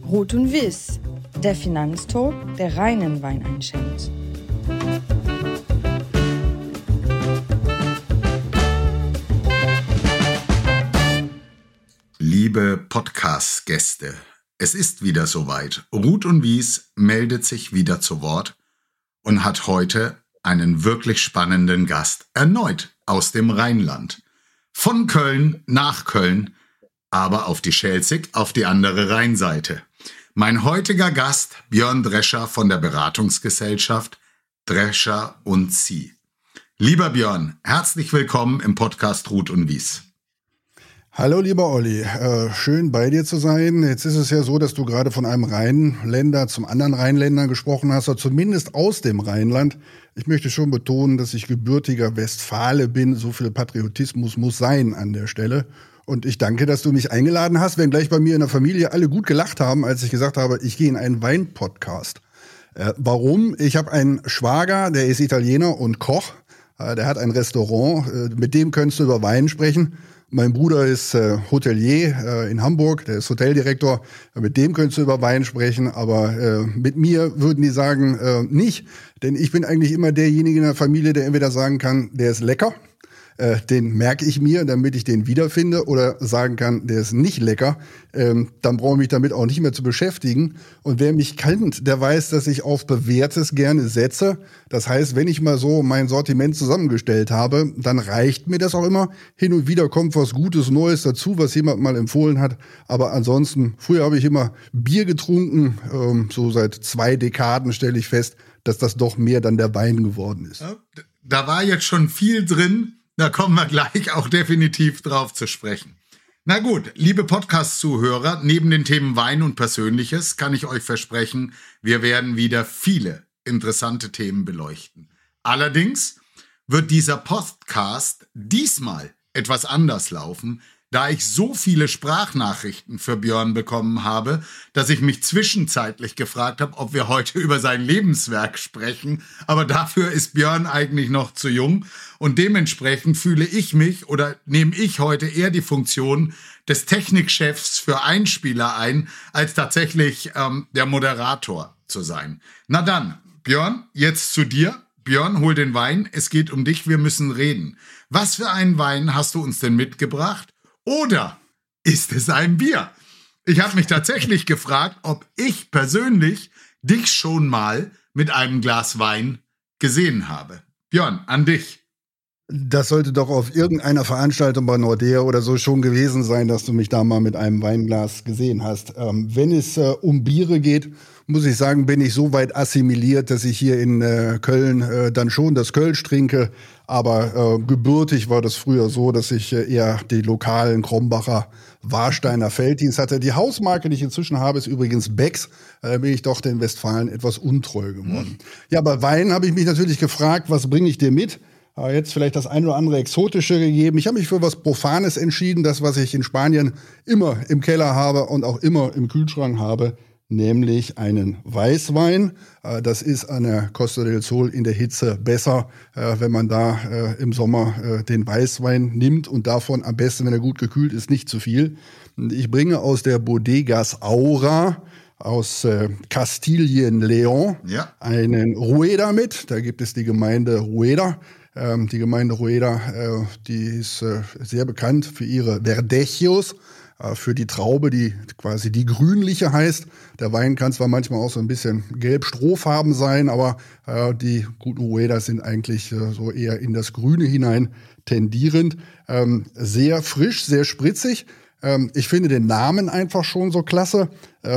Rot und Wiss, der Finanztalk, der reinen Wein einschenkt. Liebe Podcast-Gäste, es ist wieder soweit. Ruth und Wies meldet sich wieder zu Wort und hat heute einen wirklich spannenden Gast erneut aus dem Rheinland. Von Köln nach Köln, aber auf die Schelsig, auf die andere Rheinseite. Mein heutiger Gast, Björn Drescher von der Beratungsgesellschaft Drescher & Cie. Lieber Björn, herzlich willkommen im Podcast Ruth und Wies. Hallo lieber Olli, schön bei dir zu sein. Jetzt ist es ja so, dass du gerade von einem Rheinländer zum anderen Rheinländer gesprochen hast, oder zumindest aus dem Rheinland. Ich möchte schon betonen, dass ich gebürtiger Westfale bin. So viel Patriotismus muss sein an der Stelle. Und ich danke, dass du mich eingeladen hast, wenn gleich bei mir in der Familie alle gut gelacht haben, als ich gesagt habe, ich gehe in einen Wein-Podcast. Warum? Ich habe einen Schwager, der ist Italiener und Koch. Der hat ein Restaurant, mit dem könntest du über Wein sprechen. Mein Bruder ist Hotelier in Hamburg, der ist Hoteldirektor. Mit dem könntest du über Wein sprechen, aber mit mir würden die sagen nicht. Denn ich bin eigentlich immer derjenige in der Familie, der entweder sagen kann, der ist lecker, den merke ich mir, damit ich den wiederfinde, oder sagen kann, der ist nicht lecker, dann brauche ich mich damit auch nicht mehr zu beschäftigen. Und wer mich kennt, der weiß, dass ich auf Bewährtes gerne setze. Das heißt, wenn ich mal so mein Sortiment zusammengestellt habe, dann reicht mir das auch immer. Hin und wieder kommt was Gutes, Neues dazu, was jemand mal empfohlen hat. Aber ansonsten, früher habe ich immer Bier getrunken. So seit 2 Dekaden stelle ich fest, dass das doch mehr dann der Wein geworden ist. Da war jetzt schon viel drin. Da kommen wir gleich auch definitiv drauf zu sprechen. Na gut, liebe Podcast-Zuhörer, neben den Themen Wein und Persönliches kann ich euch versprechen, wir werden wieder viele interessante Themen beleuchten. Allerdings wird dieser Podcast diesmal etwas anders laufen, da ich so viele Sprachnachrichten für Björn bekommen habe, dass ich mich zwischenzeitlich gefragt habe, ob wir heute über sein Lebenswerk sprechen. Aber dafür ist Björn eigentlich noch zu jung. Und dementsprechend fühle ich mich oder nehme ich heute eher die Funktion des Technikchefs für Einspieler ein, als tatsächlich der Moderator zu sein. Na dann, Björn, jetzt zu dir. Björn, hol den Wein. Es geht um dich, wir müssen reden. Was für einen Wein hast du uns denn mitgebracht? Oder ist es ein Bier? Ich habe mich tatsächlich gefragt, ob ich persönlich dich schon mal mit einem Glas Wein gesehen habe. Björn, an dich. Das sollte doch auf irgendeiner Veranstaltung bei Nordea oder so schon gewesen sein, dass du mich da mal mit einem Weinglas gesehen hast. Wenn es um Biere geht, muss ich sagen, bin ich so weit assimiliert, dass ich hier in Köln dann schon das Kölsch trinke. Aber gebürtig war das früher so, dass ich eher die lokalen Krombacher Warsteiner Veltlins hatte. Die Hausmarke, die ich inzwischen habe, ist übrigens Becks. Da bin ich doch den Westfalen etwas untreu geworden. Ja, bei Wein habe ich mich natürlich gefragt, was bringe ich dir mit? Jetzt vielleicht das ein oder andere Exotische gegeben. Ich habe mich für was Profanes entschieden, das, was ich in Spanien immer im Keller habe und auch immer im Kühlschrank habe, nämlich einen Weißwein. Das ist an der Costa del Sol in der Hitze besser, wenn man da im Sommer den Weißwein nimmt und davon am besten, wenn er gut gekühlt ist, nicht zu viel. Ich bringe aus der Bodegas Aura aus Kastilien-León einen Rueda mit. Da gibt es die Gemeinde Rueda. Die Gemeinde Rueda, die ist sehr bekannt für ihre Verdechos, für die Traube, die quasi die grünliche heißt. Der Wein kann zwar manchmal auch so ein bisschen gelb-strohfarben sein, aber die guten Ruedas sind eigentlich so eher in das Grüne hinein tendierend. Sehr frisch, sehr spritzig. Ich finde den Namen einfach schon so klasse.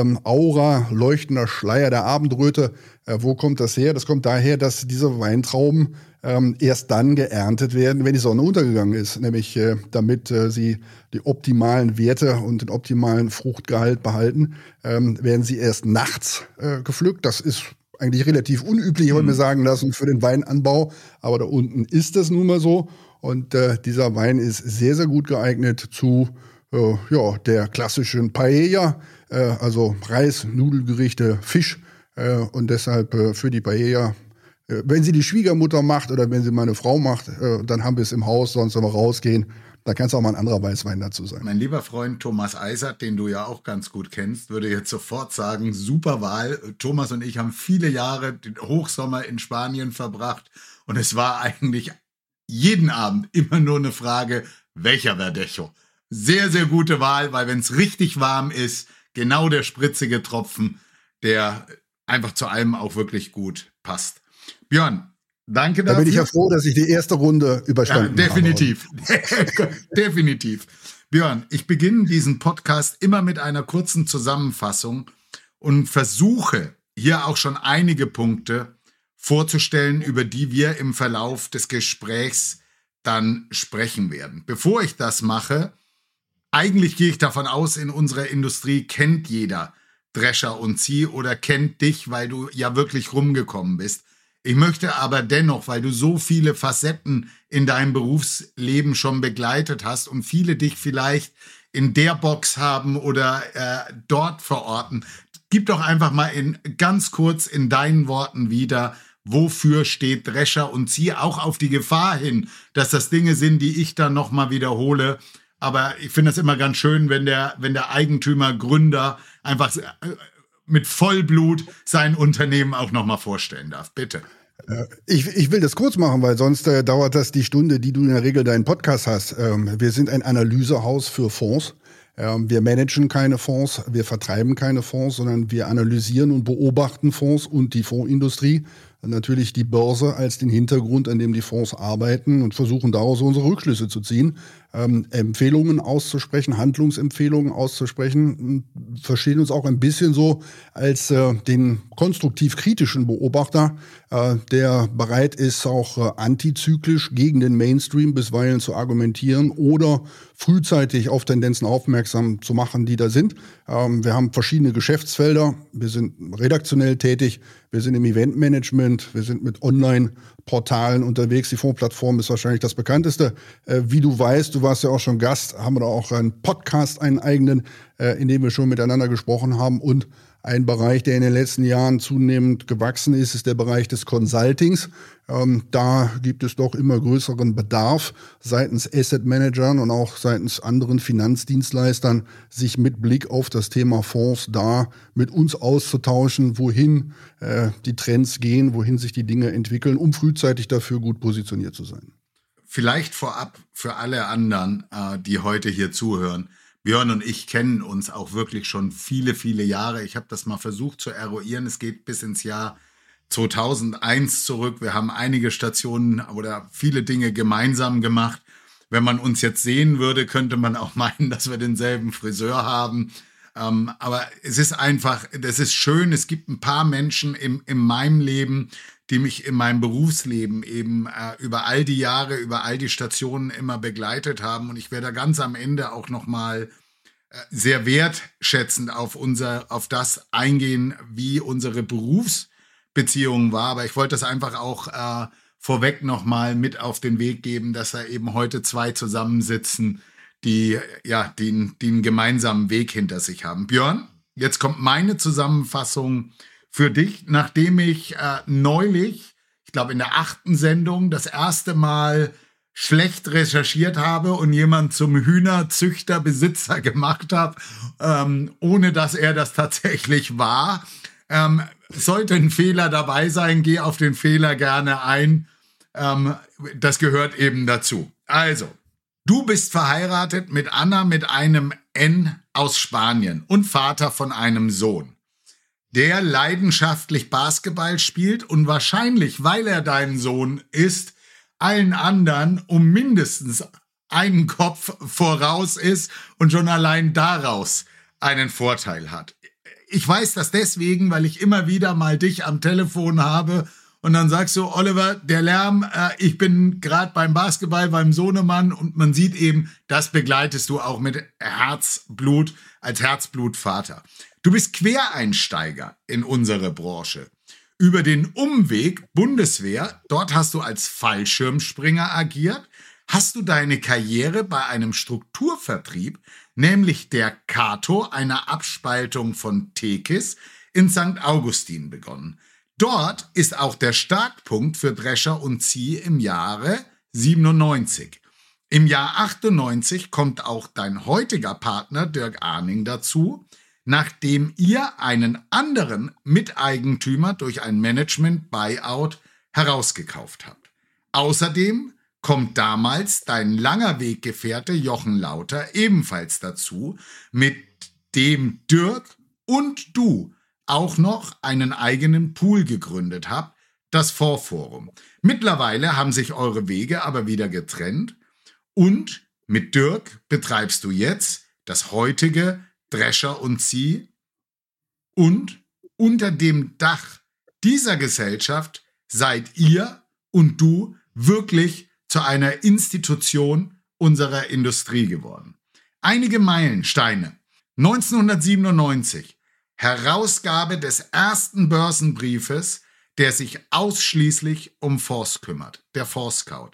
Aura, leuchtender Schleier der Abendröte. Wo kommt das her? Das kommt daher, dass diese Weintrauben erst dann geerntet werden, wenn die Sonne untergegangen ist. Nämlich damit sie die optimalen Werte und den optimalen Fruchtgehalt behalten, werden sie erst nachts gepflückt. Das ist eigentlich relativ unüblich, habe ich mir sagen lassen, für den Weinanbau. Aber da unten ist das nun mal so. Und dieser Wein ist sehr, sehr gut geeignet zu der klassischen Paella, also Reis, Nudelgerichte, Fisch. Und deshalb für die Paella, wenn sie die Schwiegermutter macht oder wenn sie meine Frau macht, dann haben wir es im Haus, sonst wenn wir rausgehen, Da kann es auch mal ein anderer Weißwein dazu sein. Mein lieber Freund Thomas Eisert, den du ja auch ganz gut kennst, würde jetzt sofort sagen, super Wahl. Thomas und ich haben viele Jahre den Hochsommer in Spanien verbracht und es war eigentlich jeden Abend immer nur eine Frage, welcher Verdecho. Sehr, sehr gute Wahl, weil wenn es richtig warm ist, genau der spritzige Tropfen, der einfach zu allem auch wirklich gut passt. Björn, danke dafür. Da bin ich ja froh, dass ich die erste Runde überstanden habe. Definitiv. Definitiv. Björn, ich beginne diesen Podcast immer mit einer kurzen Zusammenfassung und versuche hier auch schon einige Punkte vorzustellen, über die wir im Verlauf des Gesprächs dann sprechen werden. Bevor ich das mache, eigentlich gehe ich davon aus, in unserer Industrie kennt jeder Drescher und Sie oder kennt dich, weil du ja wirklich rumgekommen bist. Ich möchte aber dennoch, weil du so viele Facetten in deinem Berufsleben schon begleitet hast und viele dich vielleicht in der Box haben oder dort verorten, gib doch einfach mal ganz kurz in deinen Worten wieder, wofür steht Drescher und Sie, auch auf die Gefahr hin, dass das Dinge sind, die ich dann nochmal wiederhole. Aber ich finde es immer ganz schön, wenn der Eigentümer, Gründer einfach mit Vollblut sein Unternehmen auch nochmal vorstellen darf. Bitte. Ich will das kurz machen, weil sonst dauert das die Stunde, die du in der Regel deinen Podcast hast. Wir sind ein Analysehaus für Fonds. Wir managen keine Fonds, wir vertreiben keine Fonds, sondern wir analysieren und beobachten Fonds und die Fondsindustrie. Natürlich die Börse als den Hintergrund, an dem die Fonds arbeiten und versuchen daraus unsere Rückschlüsse zu ziehen, Empfehlungen auszusprechen, Handlungsempfehlungen auszusprechen, verstehen uns auch ein bisschen so als den konstruktiv-kritischen Beobachter, der bereit ist, auch antizyklisch gegen den Mainstream bisweilen zu argumentieren oder frühzeitig auf Tendenzen aufmerksam zu machen, die da sind. Wir haben verschiedene Geschäftsfelder, wir sind redaktionell tätig, wir sind im Eventmanagement, wir sind mit Online-Portalen unterwegs. Die Fondsplattform ist wahrscheinlich das bekannteste. Wie du weißt, du warst ja auch schon Gast, haben wir da auch einen Podcast, einen eigenen, in dem wir schon miteinander gesprochen haben. Und ein Bereich, der in den letzten Jahren zunehmend gewachsen ist, ist der Bereich des Consultings. Da gibt es doch immer größeren Bedarf seitens Asset Managern und auch seitens anderen Finanzdienstleistern, sich mit Blick auf das Thema Fonds da mit uns auszutauschen, wohin die Trends gehen, wohin sich die Dinge entwickeln, um frühzeitig dafür gut positioniert zu sein. Vielleicht vorab für alle anderen, die heute hier zuhören. Björn und ich kennen uns auch wirklich schon viele, viele Jahre. Ich habe das mal versucht zu eruieren. Es geht bis ins Jahr 2001 zurück. Wir haben einige Stationen oder viele Dinge gemeinsam gemacht. Wenn man uns jetzt sehen würde, könnte man auch meinen, dass wir denselben Friseur haben. Aber es ist einfach, das ist schön. Es gibt ein paar Menschen in meinem Leben, die mich in meinem Berufsleben eben über all die Jahre, über all die Stationen immer begleitet haben. Und ich werde ganz am Ende auch nochmal sehr wertschätzend auf das eingehen, wie unsere Berufsbeziehung war. Aber ich wollte das einfach auch vorweg nochmal mit auf den Weg geben, dass da eben heute zwei zusammensitzen, die einen gemeinsamen Weg hinter sich haben. Björn, jetzt kommt meine Zusammenfassung für dich, nachdem ich neulich, ich glaube in der 8. Sendung, das erste Mal schlecht recherchiert habe und jemand zum Hühnerzüchter, Besitzer gemacht habe, ohne dass er das tatsächlich war. Sollte ein Fehler dabei sein, geh auf den Fehler gerne ein. Das gehört eben dazu. Also, du bist verheiratet mit Anna mit einem N aus Spanien und Vater von einem Sohn, der leidenschaftlich Basketball spielt und wahrscheinlich, weil er dein Sohn ist, allen anderen um mindestens einen Kopf voraus ist und schon allein daraus einen Vorteil hat. Ich weiß das deswegen, weil ich immer wieder mal dich am Telefon habe und dann sagst du, Oliver, der Lärm, ich bin gerade beim Basketball, beim Sohnemann und man sieht eben, das begleitest du auch mit Herzblut, als Herzblutvater. Du bist Quereinsteiger in unsere Branche. Über den Umweg Bundeswehr, dort hast du als Fallschirmspringer agiert, hast du deine Karriere bei einem Strukturvertrieb, nämlich der Cato, einer Abspaltung von Tekis, in St. Augustin begonnen. Dort ist auch der Startpunkt für Drescher und Sie im Jahre 97. Im Jahr 98 kommt auch dein heutiger Partner Dirk Arning dazu, nachdem ihr einen anderen Miteigentümer durch ein Management-Buyout herausgekauft habt. Außerdem kommt damals dein langer Weggefährte Jochen Lauter ebenfalls dazu, mit dem Dirk und du auch noch einen eigenen Pool gegründet habt, das Fondsforum. Mittlerweile haben sich eure Wege aber wieder getrennt und mit Dirk betreibst du jetzt das heutige Drescher & Cie und unter dem Dach dieser Gesellschaft seid ihr und du wirklich zu einer Institution unserer Industrie geworden. Einige Meilensteine. 1997, Herausgabe des ersten Börsenbriefes, der sich ausschließlich um Fonds kümmert, der Fonds-Scout.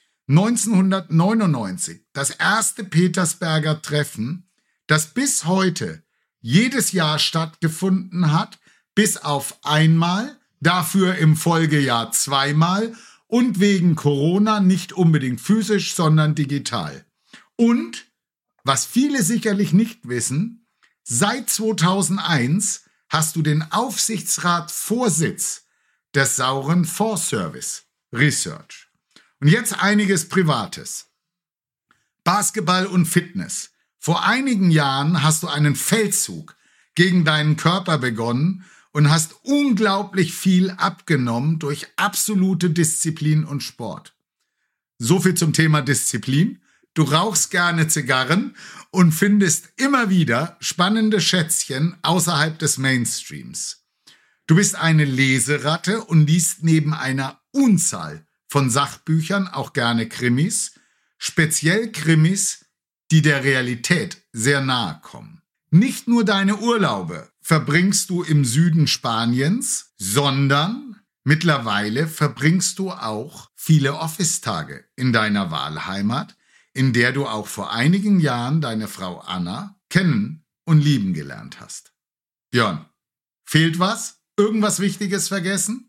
1999, das erste Petersberger Treffen, das bis heute jedes Jahr stattgefunden hat, bis auf einmal, dafür im Folgejahr zweimal und wegen Corona nicht unbedingt physisch, sondern digital. Und, was viele sicherlich nicht wissen, seit 2001 hast du den Aufsichtsratsvorsitz des Sauren Fondsservice Research. Und jetzt einiges Privates. Basketball und Fitness. Vor einigen Jahren hast du einen Feldzug gegen deinen Körper begonnen und hast unglaublich viel abgenommen durch absolute Disziplin und Sport. So viel zum Thema Disziplin. Du rauchst gerne Zigarren und findest immer wieder spannende Schätzchen außerhalb des Mainstreams. Du bist eine Leseratte und liest neben einer Unzahl von Sachbüchern auch gerne Krimis, speziell Krimis, die der Realität sehr nahe kommen. Nicht nur deine Urlaube verbringst du im Süden Spaniens, sondern mittlerweile verbringst du auch viele Office-Tage in deiner Wahlheimat, in der du auch vor einigen Jahren deine Frau Anna kennen und lieben gelernt hast. Björn, fehlt was? Irgendwas Wichtiges vergessen?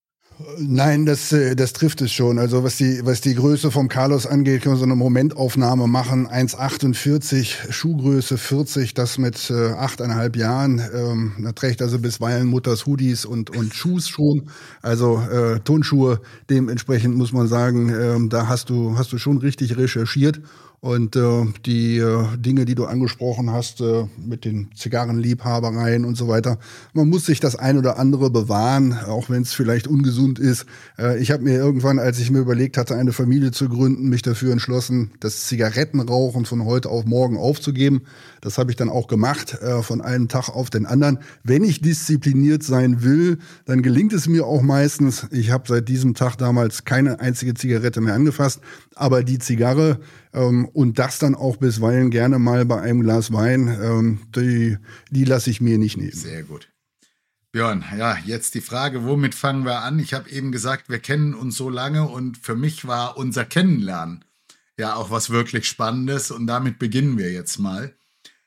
Nein, das trifft es schon. Also was die Größe vom Carlos angeht, können wir so eine Momentaufnahme machen. 1,48, Schuhgröße 40, das mit 8,5 Jahren. Da trägt also bisweilen Mutters Hoodies und Schuhs schon. Also Turnschuhe. Dementsprechend muss man sagen, da hast du schon richtig recherchiert. Und die Dinge, die du angesprochen hast, mit den Zigarrenliebhabereien und so weiter, man muss sich das ein oder andere bewahren, auch wenn es vielleicht ungesund ist. Ich habe mir irgendwann, als ich mir überlegt hatte, eine Familie zu gründen, mich dafür entschlossen, das Zigarettenrauchen von heute auf morgen aufzugeben. Das habe ich dann auch gemacht, von einem Tag auf den anderen. Wenn ich diszipliniert sein will, dann gelingt es mir auch meistens. Ich habe seit diesem Tag damals keine einzige Zigarette mehr angefasst, aber die Zigarre und das dann auch bisweilen gerne mal bei einem Glas Wein, die lasse ich mir nicht nehmen. Sehr gut. Björn, ja, jetzt die Frage, womit fangen wir an? Ich habe eben gesagt, wir kennen uns so lange und für mich war unser Kennenlernen ja auch was wirklich Spannendes und damit beginnen wir jetzt mal.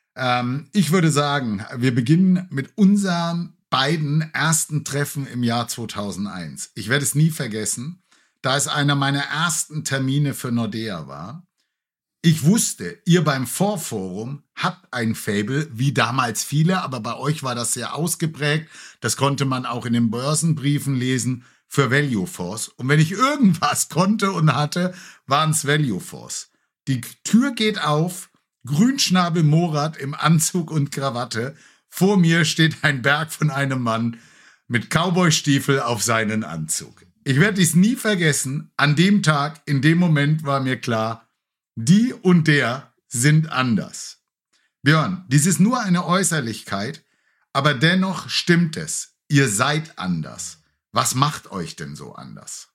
Ich würde sagen, wir beginnen mit unserem beiden ersten Treffen im Jahr 2001. Ich werde es nie vergessen, da es einer meiner ersten Termine für Nordea war. Ich wusste, ihr beim Fondsforum habt ein Faible, wie damals viele, aber bei euch war das sehr ausgeprägt. Das konnte man auch in den Börsenbriefen lesen, für Value-Fonds. Und wenn ich irgendwas konnte und hatte, waren es Value-Fonds. Die Tür geht auf, Grünschnabel Morat im Anzug und Krawatte. Vor mir steht ein Berg von einem Mann mit Cowboystiefel auf seinen Anzug. Ich werde dies nie vergessen. An dem Tag, in dem Moment war mir klar, die und der sind anders. Björn, dies ist nur eine Äußerlichkeit, aber dennoch stimmt es. Ihr seid anders. Was macht euch denn so anders?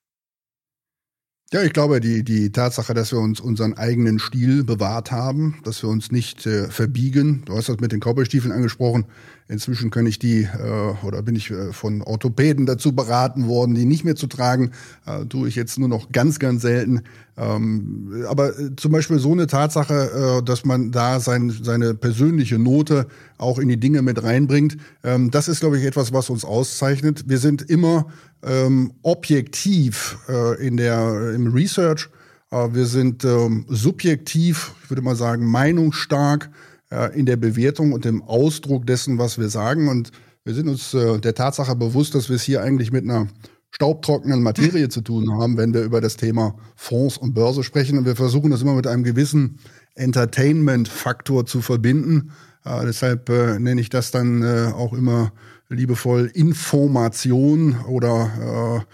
Ja, ich glaube, die Tatsache, dass wir uns unseren eigenen Stil bewahrt haben, dass wir uns nicht verbiegen. Du hast das mit den Cowboystiefeln angesprochen. Inzwischen bin ich von Orthopäden dazu beraten worden, die nicht mehr zu tragen. Tue ich jetzt nur noch ganz, ganz selten. Aber zum Beispiel so eine Tatsache, dass man da seine persönliche Note auch in die Dinge mit reinbringt, das ist, glaube ich, etwas, was uns auszeichnet. Wir sind immer objektiv im Research, Wir sind subjektiv, ich würde mal sagen, meinungsstark in der Bewertung und im Ausdruck dessen, was wir sagen. Und wir sind uns der Tatsache bewusst, dass wir es hier eigentlich mit einer staubtrockenen Materie zu tun haben, wenn wir über das Thema Fonds und Börse sprechen. Und wir versuchen das immer mit einem gewissen Entertainment-Faktor zu verbinden. Deshalb nenne ich das dann auch immer liebevoll Information oder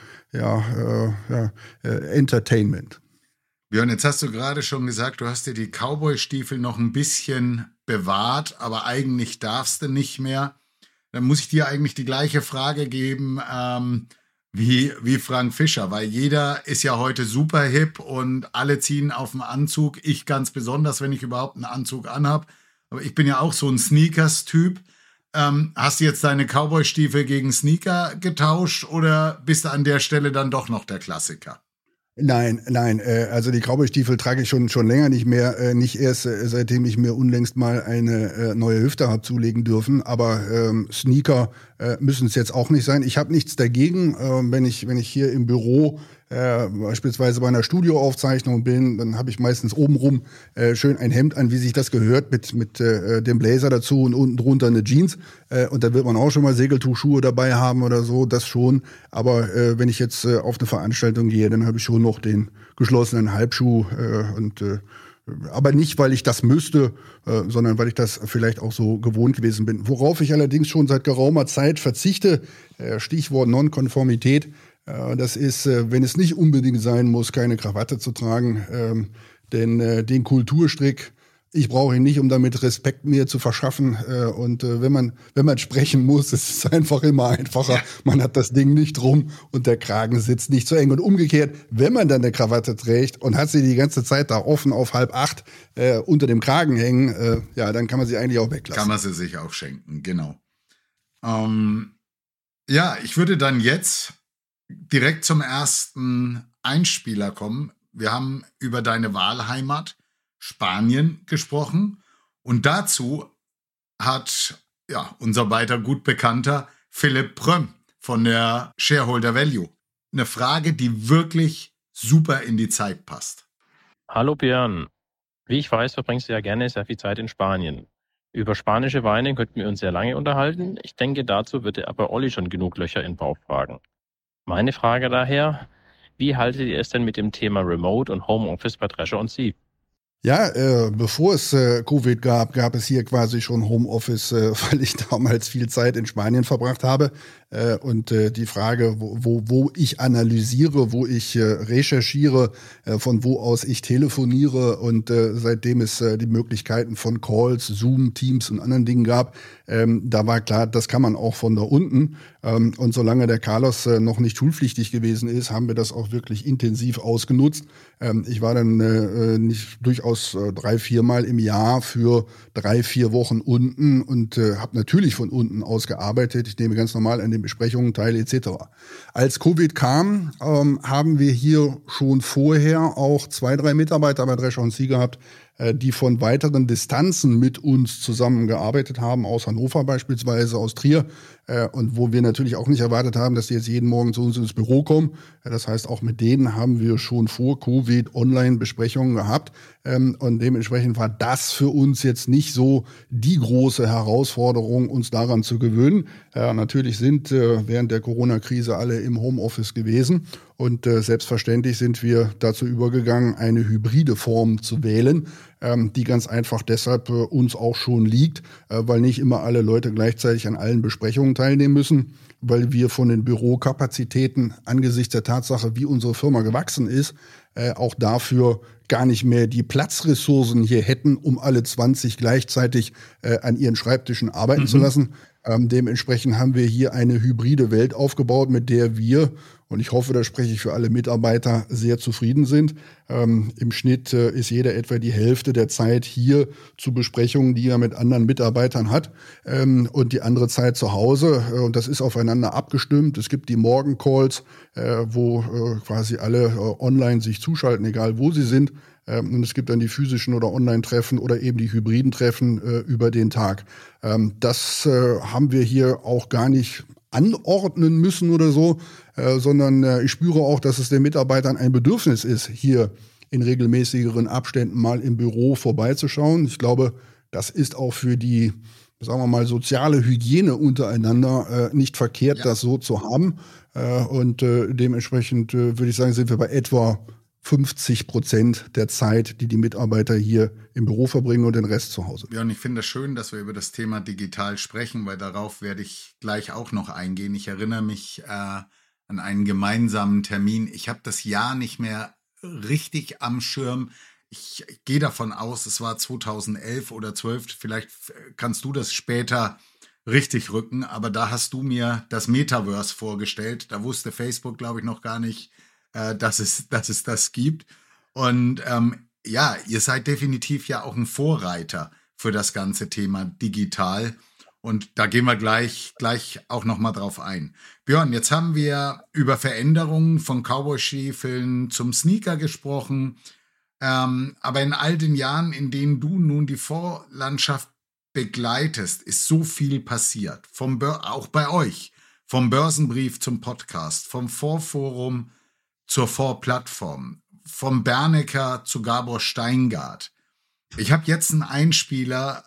Entertainment. Björn, jetzt hast du gerade schon gesagt, du hast dir die Cowboy-Stiefel noch ein bisschen bewahrt, aber eigentlich darfst du nicht mehr. Dann muss ich dir eigentlich die gleiche Frage geben wie Frank Fischer, weil jeder ist ja heute super hip und alle ziehen auf den Anzug. Ich ganz besonders, wenn ich überhaupt einen Anzug anhab. Aber ich bin ja auch so ein Sneakers-Typ. Hast du jetzt deine Cowboy-Stiefel gegen Sneaker getauscht oder bist du an der Stelle dann doch noch der Klassiker? Nein, also die Cowboy-Stiefel trage ich schon länger nicht mehr, nicht erst seitdem ich mir unlängst mal eine neue Hüfte habe zulegen dürfen, aber Sneaker müssen es jetzt auch nicht sein. Ich habe nichts dagegen, wenn ich hier im Büro beispielsweise bei einer Studioaufzeichnung bin, dann habe ich meistens obenrum schön ein Hemd an, wie sich das gehört, mit dem Blazer dazu und unten drunter eine Jeans. Und da wird man auch schon mal Segeltuchschuhe dabei haben oder so, das schon. Aber wenn ich jetzt auf eine Veranstaltung gehe, dann habe ich schon noch den geschlossenen Halbschuh aber nicht, weil ich das müsste, sondern weil ich das vielleicht auch so gewohnt gewesen bin. Worauf ich allerdings schon seit geraumer Zeit verzichte, Stichwort Nonkonformität, das ist, wenn es nicht unbedingt sein muss, keine Krawatte zu tragen. Denn den Kulturstrick, ich brauche ihn nicht, um damit Respekt mir zu verschaffen. Und wenn man sprechen muss, ist es einfach immer einfacher. Ja. Man hat das Ding nicht drum und der Kragen sitzt nicht zu eng. Und umgekehrt, wenn man dann eine Krawatte trägt und hat sie die ganze Zeit da offen auf 7:30 unter dem Kragen hängen, dann kann man sie eigentlich auch weglassen. Kann man sie sich auch schenken, genau. Ich würde dann jetzt direkt zum ersten Einspieler kommen. Wir haben über deine Wahlheimat Spanien gesprochen und dazu hat unser weiter gut bekannter Philipp Prömm von der Shareholder Value eine Frage, die wirklich super in die Zeit passt. Hallo Björn, wie ich weiß, verbringst du ja gerne sehr viel Zeit in Spanien. Über spanische Weine könnten wir uns sehr lange unterhalten. Ich denke, dazu würde aber Olli schon genug Löcher in den Bauch fragen. Meine Frage daher, wie haltet ihr es denn mit dem Thema Remote und Homeoffice bei Drescher & Sieb? Ja, bevor es Covid gab es hier quasi schon Homeoffice, weil ich damals viel Zeit in Spanien verbracht habe. Und die Frage, wo ich analysiere, wo ich recherchiere, von wo aus ich telefoniere und seitdem es die Möglichkeiten von Calls, Zoom, Teams und anderen Dingen gab, da war klar, das kann man auch von da unten. Und solange der Carlos noch nicht schulpflichtig gewesen ist, haben wir das auch wirklich intensiv ausgenutzt. Ich war dann nicht durchaus 3-4 Mal im Jahr für 3-4 Wochen unten und habe natürlich von unten aus gearbeitet. Ich nehme ganz normal an den Besprechungen teil etc. Als Covid kam, haben wir hier schon vorher auch 2-3 Mitarbeiter bei Drescher & Sie gehabt, die von weiteren Distanzen mit uns zusammengearbeitet haben, aus Hannover beispielsweise, aus Trier, und wo wir natürlich auch nicht erwartet haben, dass die jetzt jeden Morgen zu uns ins Büro kommen. Das heißt, auch mit denen haben wir schon vor Covid Online-Besprechungen gehabt, und dementsprechend war das für uns jetzt nicht so die große Herausforderung, uns daran zu gewöhnen. Natürlich sind während der Corona-Krise alle im Homeoffice gewesen und selbstverständlich sind wir dazu übergegangen, eine hybride Form zu wählen, die ganz einfach deshalb uns auch schon liegt, weil nicht immer alle Leute gleichzeitig an allen Besprechungen teilnehmen müssen, weil wir von den Bürokapazitäten angesichts der Tatsache, wie unsere Firma gewachsen ist, auch dafür gar nicht mehr die Platzressourcen hier hätten, um alle 20 gleichzeitig an ihren Schreibtischen arbeiten zu lassen. Dementsprechend haben wir hier eine hybride Welt aufgebaut, mit der wir, und ich hoffe, da spreche ich für alle Mitarbeiter, sehr zufrieden sind. Im Schnitt ist jeder etwa die Hälfte der Zeit hier zu Besprechungen, die er mit anderen Mitarbeitern hat, und die andere Zeit zu Hause. Und das ist aufeinander abgestimmt. Es gibt die Morgencalls, wo quasi alle online sich zuschalten, egal wo sie sind. Und es gibt dann die physischen oder Online-Treffen oder eben die hybriden Treffen über den Tag. Das haben wir hier auch gar nicht anordnen müssen oder so, sondern ich spüre auch, dass es den Mitarbeitern ein Bedürfnis ist, hier in regelmäßigeren Abständen mal im Büro vorbeizuschauen. Ich glaube, das ist auch für die, sagen wir mal, soziale Hygiene untereinander nicht verkehrt, das so zu haben. Und dementsprechend würde ich sagen, sind wir bei etwa 50% der Zeit, die Mitarbeiter hier im Büro verbringen und den Rest zu Hause. Ja, und ich finde es schön, dass wir über das Thema digital sprechen, weil darauf werde ich gleich auch noch eingehen. Ich erinnere mich an einen gemeinsamen Termin. Ich habe das Jahr nicht mehr richtig am Schirm. Ich gehe davon aus, es war 2011 oder 12. Vielleicht kannst du das später richtig rücken, aber da hast du mir das Metaverse vorgestellt. Da wusste Facebook, glaube ich, noch gar nicht, dass es das gibt. Und ja, ihr seid definitiv ja auch ein Vorreiter für das ganze Thema digital. Und da gehen wir gleich auch nochmal drauf ein. Björn, jetzt haben wir über Veränderungen von Cowboy-Stiefeln zum Sneaker gesprochen. Aber in all den Jahren, in denen du nun die Vorlandschaft begleitest, ist so viel passiert. Auch bei euch. Vom Börsenbrief zum Podcast, vom Vorforum zur Vorplattform, vom Bernecker zu Gabor Steingart. Ich habe jetzt einen Einspieler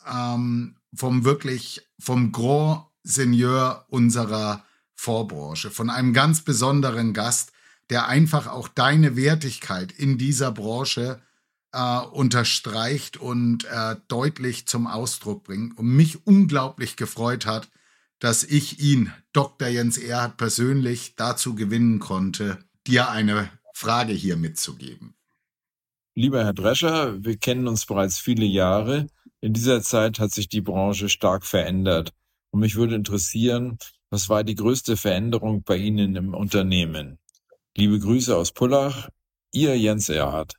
vom Grand Seigneur unserer Vorbranche, von einem ganz besonderen Gast, der einfach auch deine Wertigkeit in dieser Branche unterstreicht und deutlich zum Ausdruck bringt und mich unglaublich gefreut hat, dass ich ihn, Dr. Jens Erhardt, persönlich dazu gewinnen konnte, dir eine Frage hier mitzugeben. Lieber Herr Drescher, wir kennen uns bereits viele Jahre. In dieser Zeit hat sich die Branche stark verändert. Und mich würde interessieren, was war die größte Veränderung bei Ihnen im Unternehmen? Liebe Grüße aus Pullach, Ihr Jens Erhardt.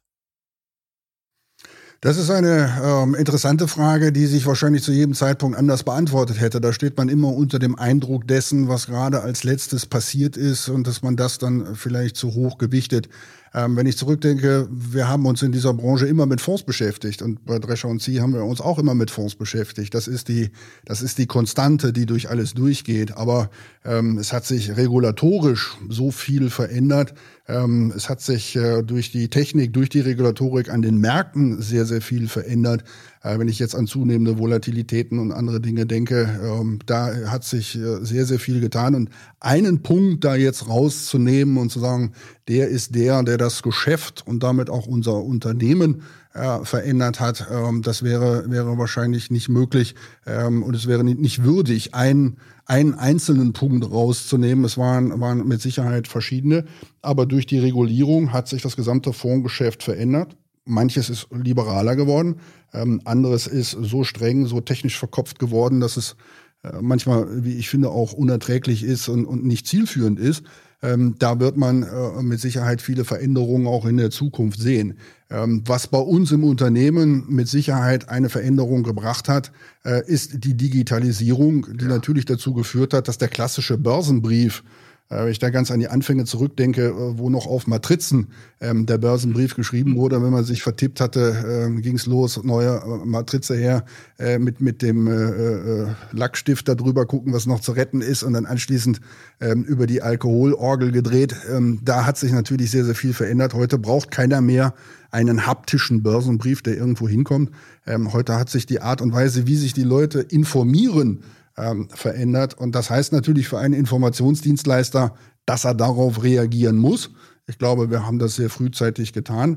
Das ist eine interessante Frage, die sich wahrscheinlich zu jedem Zeitpunkt anders beantwortet hätte. Da steht man immer unter dem Eindruck dessen, was gerade als letztes passiert ist und dass man das dann vielleicht zu hoch gewichtet. Wenn ich zurückdenke, wir haben uns in dieser Branche immer mit Fonds beschäftigt und bei Drescher & Sie haben wir uns auch immer mit Fonds beschäftigt. Das ist die Konstante, die durch alles durchgeht. Aber es hat sich regulatorisch so viel verändert. Es hat sich durch die Technik, durch die Regulatorik an den Märkten sehr, sehr viel verändert. Wenn ich jetzt an zunehmende Volatilitäten und andere Dinge denke, da hat sich sehr, sehr viel getan. Und einen Punkt da jetzt rauszunehmen und zu sagen, der ist der das Geschäft und damit auch unser Unternehmen verändert hat, das wäre wahrscheinlich nicht möglich und es wäre nicht würdig, einen einzelnen Punkt rauszunehmen. Es waren mit Sicherheit verschiedene, aber durch die Regulierung hat sich das gesamte Fondsgeschäft verändert. Manches ist liberaler geworden, anderes ist so streng, so technisch verkopft geworden, dass es manchmal, wie ich finde, auch unerträglich ist und nicht zielführend ist. Da wird man mit Sicherheit viele Veränderungen auch in der Zukunft sehen. Was bei uns im Unternehmen mit Sicherheit eine Veränderung gebracht hat, ist die Digitalisierung, die natürlich dazu geführt hat, dass der klassische Börsenbrief, wenn ich da ganz an die Anfänge zurückdenke, wo noch auf Matrizen der Börsenbrief geschrieben wurde, wenn man sich vertippt hatte, ging's los, neue Matrize her, mit dem Lackstift da drüber gucken, was noch zu retten ist und dann anschließend über die Alkoholorgel gedreht. Da hat sich natürlich sehr, sehr viel verändert. Heute braucht keiner mehr einen haptischen Börsenbrief, der irgendwo hinkommt. Heute hat sich die Art und Weise, wie sich die Leute informieren, verändert. Und das heißt natürlich für einen Informationsdienstleister, dass er darauf reagieren muss. Ich glaube, wir haben das sehr frühzeitig getan.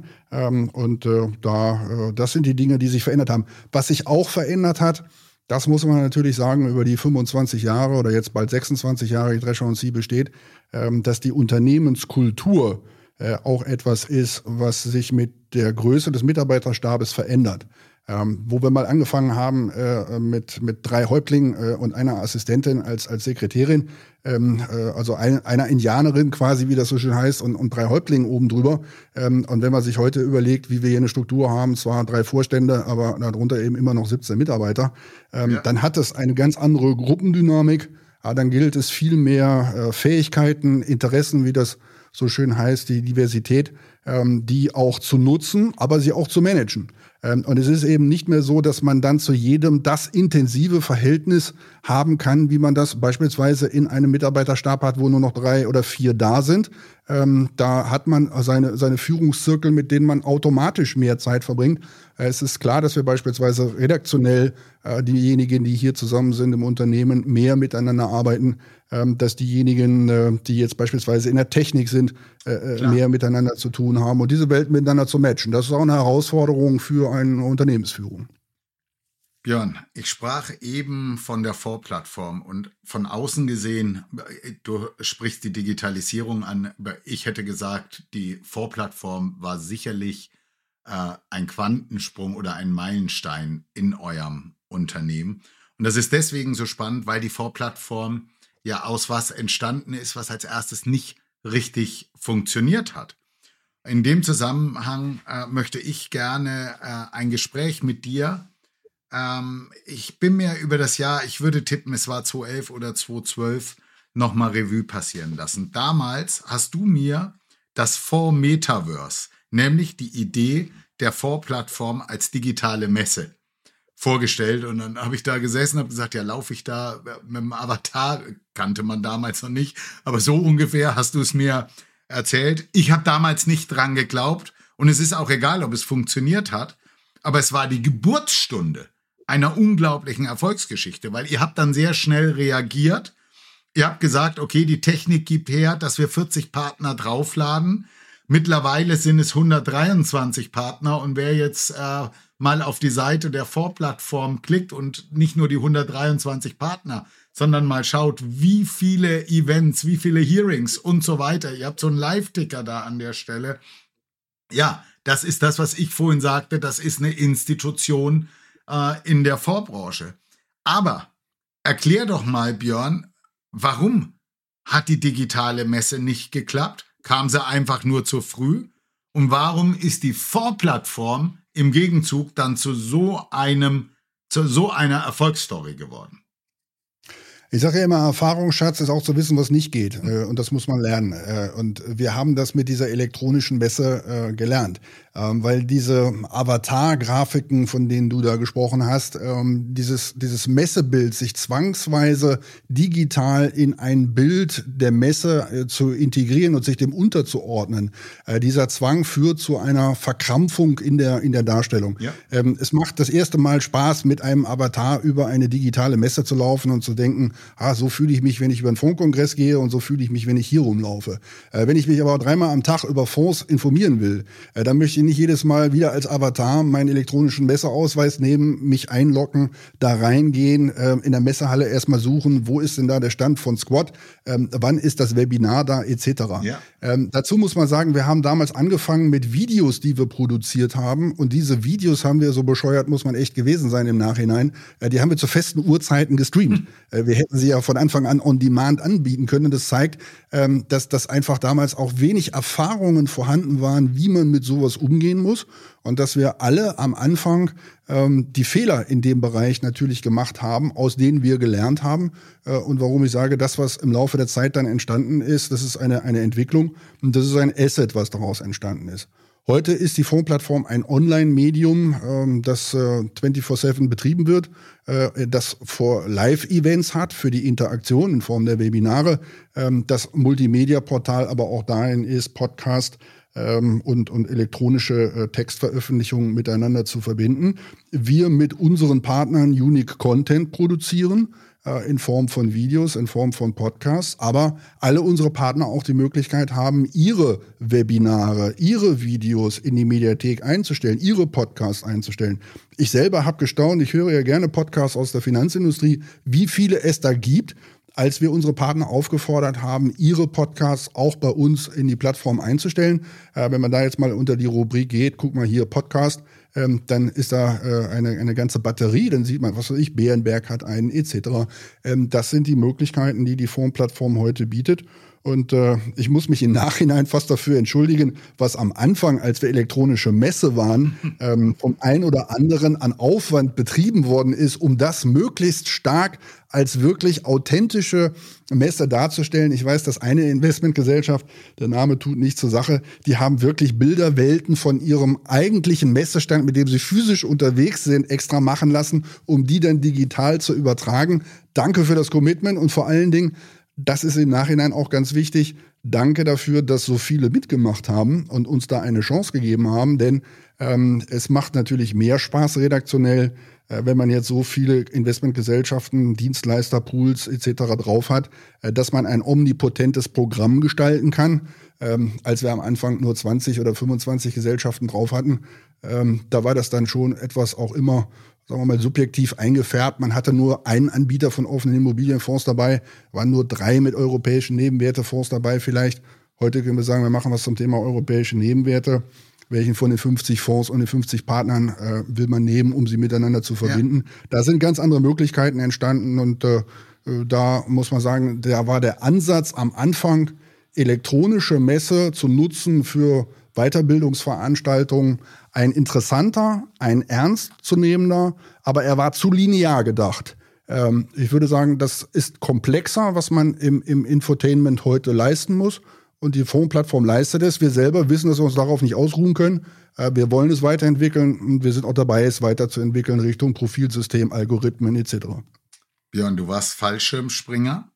Das sind die Dinge, die sich verändert haben. Was sich auch verändert hat, das muss man natürlich sagen, über die 25 Jahre oder jetzt bald 26 Jahre, die Drescher & Sie besteht, dass die Unternehmenskultur auch etwas ist, was sich mit der Größe des Mitarbeiterstabes verändert. Wo wir mal angefangen haben mit 3 Häuptlingen und einer Assistentin als Sekretärin, also einer Indianerin quasi, wie das so schön heißt, und 3 Häuptlingen oben drüber. Und wenn man sich heute überlegt, wie wir hier eine Struktur haben, zwar 3 Vorstände, aber darunter eben immer noch 17 Mitarbeiter, dann hat es eine ganz andere Gruppendynamik. Dann gilt es viel mehr Fähigkeiten, Interessen, wie das so schön heißt, die Diversität, die auch zu nutzen, aber sie auch zu managen. Und es ist eben nicht mehr so, dass man dann zu jedem das intensive Verhältnis haben kann, wie man das beispielsweise in einem Mitarbeiterstab hat, wo nur noch 3 oder 4 da sind. Da hat man seine Führungszirkel, mit denen man automatisch mehr Zeit verbringt. Es ist klar, dass wir beispielsweise redaktionell diejenigen, die hier zusammen sind im Unternehmen, mehr miteinander arbeiten, dass diejenigen, die jetzt beispielsweise in der Technik sind, mehr miteinander zu tun haben und diese Welt miteinander zu matchen. Das ist auch eine Herausforderung für eine Unternehmensführung. Björn, ich sprach eben von der Vorplattform und von außen gesehen, du sprichst die Digitalisierung an. Ich hätte gesagt, die Vorplattform war sicherlich ein Quantensprung oder ein Meilenstein in eurem Unternehmen. Und das ist deswegen so spannend, weil die Vorplattform ja aus was entstanden ist, was als erstes nicht richtig funktioniert hat. In dem Zusammenhang möchte ich gerne ein Gespräch mit dir. Ich bin mir über das Jahr, ich würde tippen, es war 2011 oder 2012, nochmal Revue passieren lassen. Damals hast du mir das For-Metaverse, nämlich die Idee der For-Plattform als digitale Messe vorgestellt. Und dann habe ich da gesessen und habe gesagt, ja, laufe ich da mit dem Avatar, kannte man damals noch nicht, aber so ungefähr hast du es mir erzählt. Ich habe damals nicht dran geglaubt und es ist auch egal, ob es funktioniert hat, aber es war die Geburtsstunde einer unglaublichen Erfolgsgeschichte, weil ihr habt dann sehr schnell reagiert. Ihr habt gesagt, okay, die Technik gibt her, dass wir 40 Partner draufladen. Mittlerweile sind es 123 Partner und wer jetzt mal auf die Seite der Vorplattform klickt und nicht nur die 123 Partner, sondern mal schaut, wie viele Events, wie viele Hearings und so weiter. Ihr habt so einen Live-Ticker da an der Stelle. Ja, das ist das, was ich vorhin sagte, das ist eine Institution in der Vorbranche. Aber erklär doch mal, Björn, warum hat die digitale Messe nicht geklappt? Kam sie einfach nur zu früh? Und warum ist die Vorplattform im Gegenzug dann zu so einer Erfolgsstory geworden? Ich sage ja immer, Erfahrungsschatz ist auch zu wissen, was nicht geht. Und das muss man lernen. Und wir haben das mit dieser elektronischen Messe gelernt. Weil diese Avatar-Grafiken, von denen du da gesprochen hast, dieses Messebild sich zwangsweise digital in ein Bild der Messe zu integrieren und sich dem unterzuordnen, dieser Zwang führt zu einer Verkrampfung in der Darstellung. Ja. Es macht das erste Mal Spaß, mit einem Avatar über eine digitale Messe zu laufen und zu denken, so fühle ich mich, wenn ich über einen Fondskongress gehe und so fühle ich mich, wenn ich hier rumlaufe. Wenn ich mich aber 3-mal am Tag über Fonds informieren will, dann möchte ich nicht jedes Mal wieder als Avatar meinen elektronischen Messeausweis nehmen, mich einloggen, da reingehen, in der Messehalle erstmal suchen, wo ist denn da der Stand von Squad, wann ist das Webinar da, etc. Ja. Dazu muss man sagen, wir haben damals angefangen mit Videos, die wir produziert haben, und diese Videos haben wir, so bescheuert muss man echt gewesen sein im Nachhinein, die haben wir zu festen Uhrzeiten gestreamt. Wir hätten sie ja von Anfang an on demand anbieten können. Das zeigt, dass einfach damals auch wenig Erfahrungen vorhanden waren, wie man mit sowas umgehen muss, und dass wir alle am Anfang die Fehler in dem Bereich natürlich gemacht haben, aus denen wir gelernt haben. Und warum ich sage, das, was im Laufe der Zeit dann entstanden ist, das ist eine Entwicklung und das ist ein Asset, was daraus entstanden ist. Heute ist die Fondsplattform ein Online-Medium, das 24/7 betrieben wird, das vor Live-Events hat für die Interaktion in Form der Webinare, das Multimedia-Portal aber auch dahin ist, Podcast und elektronische Textveröffentlichungen miteinander zu verbinden. Wir mit unseren Partnern Unique Content produzieren, in Form von Videos, in Form von Podcasts, aber alle unsere Partner auch die Möglichkeit haben, ihre Webinare, ihre Videos in die Mediathek einzustellen, ihre Podcasts einzustellen. Ich selber habe gestaunt, ich höre ja gerne Podcasts aus der Finanzindustrie, wie viele es da gibt, als wir unsere Partner aufgefordert haben, ihre Podcasts auch bei uns in die Plattform einzustellen. Wenn man da jetzt mal unter die Rubrik geht, guck mal hier Podcast, dann ist da eine ganze Batterie, dann sieht man, was weiß ich, Bärenberg hat einen etc. Das sind die Möglichkeiten, die die Fondsplattform heute bietet. Und ich muss mich im Nachhinein fast dafür entschuldigen, was am Anfang, als wir elektronische Messe waren, vom einen oder anderen an Aufwand betrieben worden ist, um das möglichst stark als wirklich authentische Messe darzustellen. Ich weiß, dass eine Investmentgesellschaft, der Name tut nichts zur Sache, die haben wirklich Bilderwelten von ihrem eigentlichen Messestand, mit dem sie physisch unterwegs sind, extra machen lassen, um die dann digital zu übertragen. Danke für das Commitment und vor allen Dingen, das ist im Nachhinein auch ganz wichtig, danke dafür, dass so viele mitgemacht haben und uns da eine Chance gegeben haben, denn es macht natürlich mehr Spaß redaktionell, wenn man jetzt so viele Investmentgesellschaften, Dienstleister, Pools etc. drauf hat, dass man ein omnipotentes Programm gestalten kann. Als wir am Anfang nur 20 oder 25 Gesellschaften drauf hatten, da war das dann schon etwas auch immer, sagen wir mal, subjektiv eingefärbt. Man hatte nur einen Anbieter von offenen Immobilienfonds dabei, waren nur 3 mit europäischen Nebenwertefonds dabei vielleicht. Heute können wir sagen, wir machen was zum Thema europäische Nebenwerte. Welchen von den 50 Fonds und den 50 Partnern will man nehmen, um sie miteinander zu verbinden? Ja. Da sind ganz andere Möglichkeiten entstanden und da muss man sagen, da war der Ansatz am Anfang, elektronische Messe zu nutzen für Weiterbildungsveranstaltungen, ein interessanter, ein ernstzunehmender, aber er war zu linear gedacht. Ich würde sagen, das ist komplexer, was man im Infotainment heute leisten muss. Und die Fondsplattform leistet es. Wir selber wissen, dass wir uns darauf nicht ausruhen können. Wir wollen es weiterentwickeln und wir sind auch dabei, es weiterzuentwickeln Richtung Profilsystem, Algorithmen etc. Björn, du warst Fallschirmspringer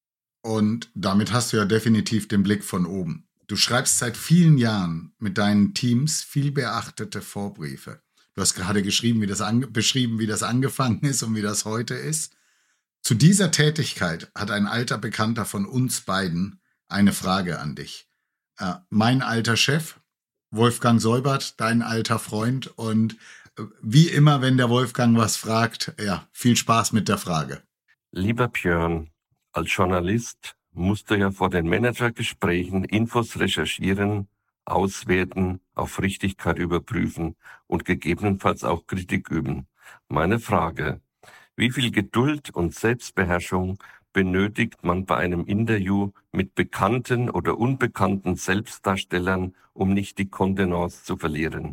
und damit hast du ja definitiv den Blick von oben. Du schreibst seit vielen Jahren mit deinen Teams viel beachtete Vorbriefe. Du hast gerade beschrieben, wie das angefangen ist und wie das heute ist. Zu dieser Tätigkeit hat ein alter Bekannter von uns beiden eine Frage an dich. Mein alter Chef, Wolfgang Seubert, dein alter Freund und wie immer, wenn der Wolfgang was fragt, ja, viel Spaß mit der Frage. Lieber Björn, als Journalist musst du ja vor den Managergesprächen Infos recherchieren, auswerten, auf Richtigkeit überprüfen und gegebenenfalls auch Kritik üben. Meine Frage, wie viel Geduld und Selbstbeherrschung benötigt man bei einem Interview mit bekannten oder unbekannten Selbstdarstellern, um nicht die Kontenance zu verlieren?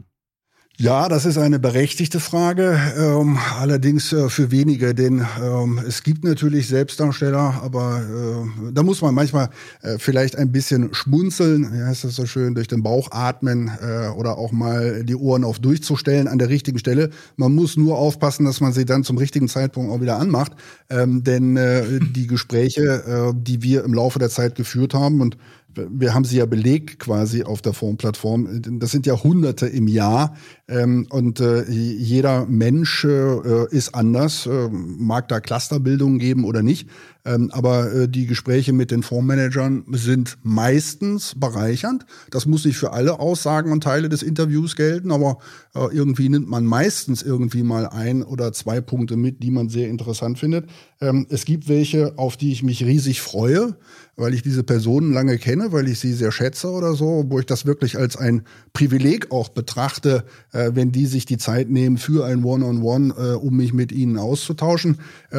Ja, das ist eine berechtigte Frage, allerdings für wenige, denn es gibt natürlich Selbstdarsteller, aber da muss man manchmal vielleicht ein bisschen schmunzeln, wie heißt das so schön, durch den Bauch atmen oder auch mal die Ohren auf durchzustellen an der richtigen Stelle. Man muss nur aufpassen, dass man sie dann zum richtigen Zeitpunkt auch wieder anmacht, denn die Gespräche, die wir im Laufe der Zeit geführt haben und wir haben sie ja belegt quasi auf der Fondsplattform. Das sind ja Hunderte im Jahr und jeder Mensch ist anders, mag da Clusterbildungen geben oder nicht. Aber die Gespräche mit den Fondsmanagern sind meistens bereichernd. Das muss nicht für alle Aussagen und Teile des Interviews gelten, aber irgendwie nimmt man meistens irgendwie mal 1 oder 2 Punkte mit, die man sehr interessant findet. Es gibt welche, auf die ich mich riesig freue, weil ich diese Personen lange kenne, weil ich sie sehr schätze oder so, wo ich das wirklich als ein Privileg auch betrachte, wenn die sich die Zeit nehmen für ein One-on-One, um mich mit ihnen auszutauschen.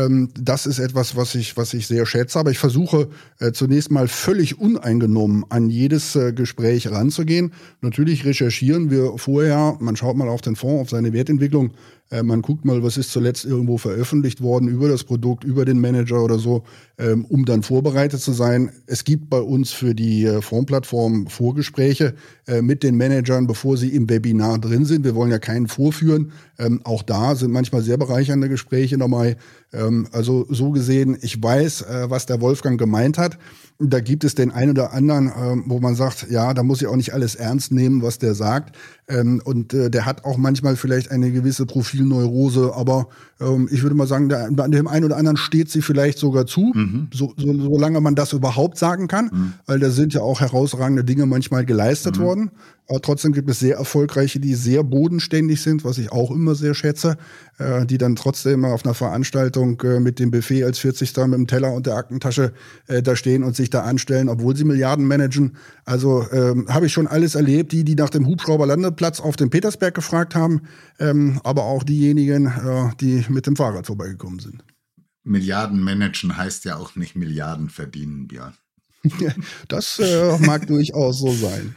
Das ist etwas, was ich sehr schätze. Aber ich versuche zunächst mal völlig uneingenommen an jedes Gespräch ranzugehen. Natürlich recherchieren wir vorher, man schaut mal auf den Fonds, auf seine Wertentwicklung, man guckt mal, was ist zuletzt irgendwo veröffentlicht worden über das Produkt, über den Manager oder so, um dann vorbereitet zu sein. Es gibt bei uns für die Fondsplattform Vorgespräche mit den Managern, bevor sie im Webinar drin sind. Wir wollen ja keinen vorführen. Auch da sind manchmal sehr bereichernde Gespräche dabei. Also so gesehen, ich weiß, was der Wolfgang gemeint hat. Da gibt es den einen oder anderen, wo man sagt, ja, da muss ich auch nicht alles ernst nehmen, was der sagt. Und der hat auch manchmal vielleicht eine gewisse Profilneurose, aber ich würde mal sagen, an dem einen oder anderen steht sie vielleicht sogar zu, solange man das überhaupt sagen kann, weil da sind ja auch herausragende Dinge manchmal geleistet worden. Aber trotzdem gibt es sehr erfolgreiche, die sehr bodenständig sind, was ich auch immer sehr schätze, die dann trotzdem auf einer Veranstaltung mit dem Buffet als 40. mit dem Teller und der Aktentasche da stehen und sich da anstellen, obwohl sie Milliarden managen. Also habe ich schon alles erlebt, die nach dem Hubschrauberlandeplatz auf dem Petersberg gefragt haben, aber auch diejenigen, die mit dem Fahrrad vorbeigekommen sind. Milliarden managen heißt ja auch nicht Milliarden verdienen, Björn. Das mag durchaus so sein.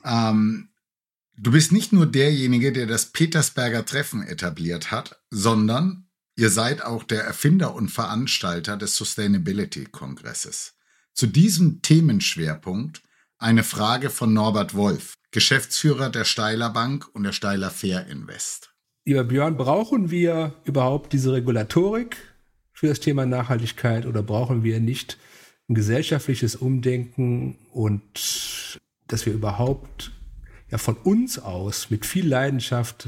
Du bist nicht nur derjenige, der das Petersberger Treffen etabliert hat, sondern ihr seid auch der Erfinder und Veranstalter des Sustainability-Kongresses. Zu diesem Themenschwerpunkt eine Frage von Norbert Wolf, Geschäftsführer der Steiler Bank und der Steiler Fair Invest. Lieber Björn, brauchen wir überhaupt diese Regulatorik für das Thema Nachhaltigkeit oder brauchen wir nicht ein gesellschaftliches Umdenken und dass wir überhaupt von uns aus mit viel Leidenschaft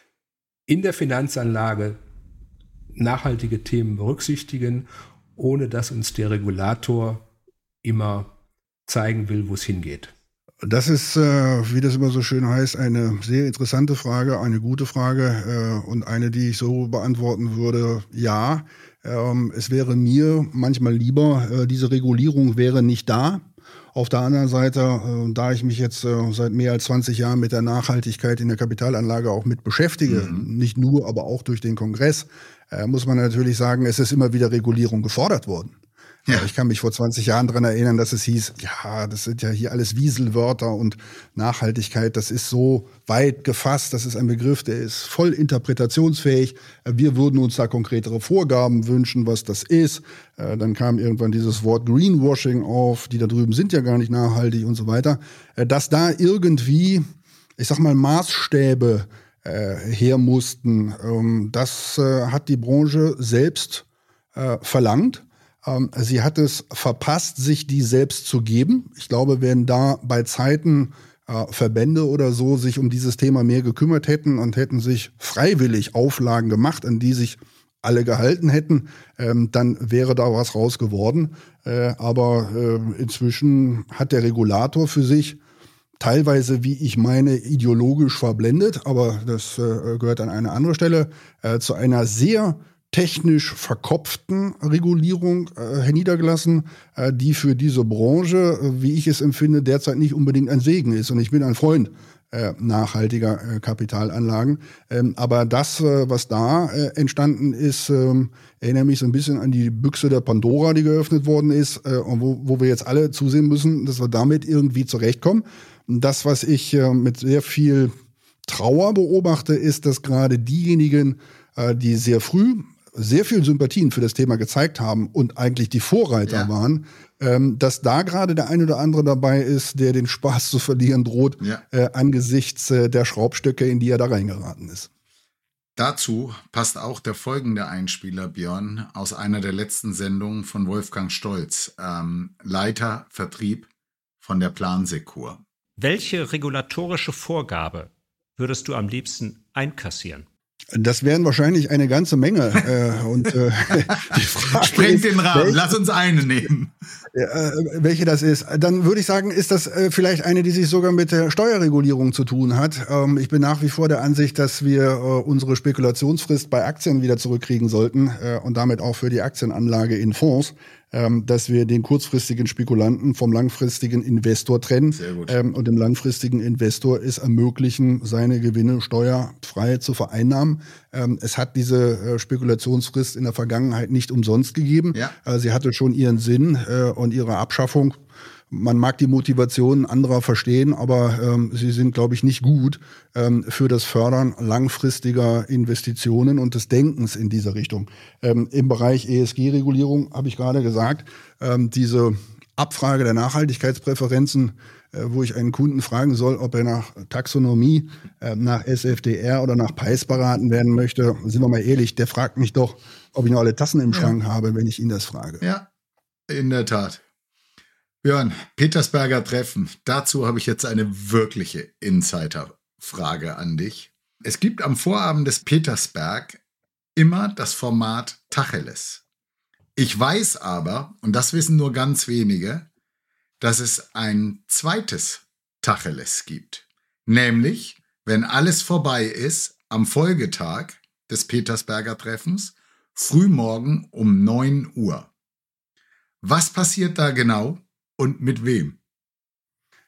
in der Finanzanlage nachhaltige Themen berücksichtigen, ohne dass uns der Regulator immer zeigen will, wo es hingeht? Das ist, wie das immer so schön heißt, eine sehr interessante Frage, eine gute Frage und eine, die ich so beantworten würde, ja. Es wäre mir manchmal lieber, diese Regulierung wäre nicht da. Auf der anderen Seite, da ich mich jetzt seit mehr als 20 Jahren mit der Nachhaltigkeit in der Kapitalanlage auch mit beschäftige, nicht nur, aber auch durch den Kongress, muss man natürlich sagen, es ist immer wieder Regulierung gefordert worden. Ja. Ich kann mich vor 20 Jahren daran erinnern, dass es hieß, ja, das sind ja hier alles Wieselwörter und Nachhaltigkeit, das ist so weit gefasst, das ist ein Begriff, der ist voll interpretationsfähig. Wir würden uns da konkretere Vorgaben wünschen, was das ist. Dann kam irgendwann dieses Wort Greenwashing auf, die da drüben sind ja gar nicht nachhaltig und so weiter. Dass da irgendwie, ich sag mal, Maßstäbe her mussten, das hat die Branche selbst verlangt. Sie hat es verpasst, sich die selbst zu geben. Ich glaube, wenn da bei Zeiten Verbände oder so sich um dieses Thema mehr gekümmert hätten und hätten sich freiwillig Auflagen gemacht, an die sich alle gehalten hätten, dann wäre da was raus geworden. Aber inzwischen hat der Regulator für sich teilweise, wie ich meine, ideologisch verblendet, aber das gehört an eine andere Stelle, zu einer sehr technisch verkopften Regulierung herniedergelassen, die für diese Branche, wie ich es empfinde, derzeit nicht unbedingt ein Segen ist. Und ich bin ein Freund nachhaltiger Kapitalanlagen. Aber das, was da entstanden ist, erinnert mich so ein bisschen an die Büchse der Pandora, die geöffnet worden ist, und wo wir jetzt alle zusehen müssen, dass wir damit irgendwie zurechtkommen. Und das, was ich mit sehr viel Trauer beobachte, ist, dass gerade diejenigen, die sehr früh sehr viel Sympathien für das Thema gezeigt haben und eigentlich die Vorreiter waren, dass da gerade der ein oder andere dabei ist, der den Spaß zu verlieren droht, angesichts der Schraubstöcke, in die er da reingeraten ist. Dazu passt auch der folgende Einspieler, Björn, aus einer der letzten Sendungen von Wolfgang Stolz, Leiter Vertrieb von der Plansekur. Welche regulatorische Vorgabe würdest du am liebsten einkassieren? Das wären wahrscheinlich eine ganze Menge. Die Frage sprengt den Rahmen, lass uns eine nehmen. Welche das ist. Dann würde ich sagen, ist das vielleicht eine, die sich sogar mit der Steuerregulierung zu tun hat. Ich bin nach wie vor der Ansicht, dass wir unsere Spekulationsfrist bei Aktien wieder zurückkriegen sollten und damit auch für die Aktienanlage in Fonds, dass wir den kurzfristigen Spekulanten vom langfristigen Investor trennen. Sehr gut. Und dem langfristigen Investor es ermöglichen, seine Gewinne steuerfrei zu vereinnahmen. Es hat diese Spekulationsfrist in der Vergangenheit nicht umsonst gegeben. Ja. Sie hatte schon ihren Sinn und ihre Abschaffung. Man mag die Motivation anderer verstehen, aber sie sind, glaube ich, nicht gut für das Fördern langfristiger Investitionen und des Denkens in dieser Richtung. Im Bereich ESG-Regulierung habe ich gerade gesagt, diese Abfrage der Nachhaltigkeitspräferenzen, wo ich einen Kunden fragen soll, ob er nach Taxonomie, nach SFDR oder nach PAIS beraten werden möchte. Sind wir mal ehrlich, der fragt mich doch, ob ich noch alle Tassen im Schrank habe, wenn ich ihn das frage. Ja, in der Tat. Björn, Petersberger Treffen. Dazu habe ich jetzt eine wirkliche Insider-Frage an dich. Es gibt am Vorabend des Petersberg immer das Format Tacheles. Ich weiß aber, und das wissen nur ganz wenige, dass es ein zweites Tacheles gibt. Nämlich, wenn alles vorbei ist, am Folgetag des Petersberger Treffens, frühmorgen um 9 Uhr. Was passiert da genau? Und mit wem?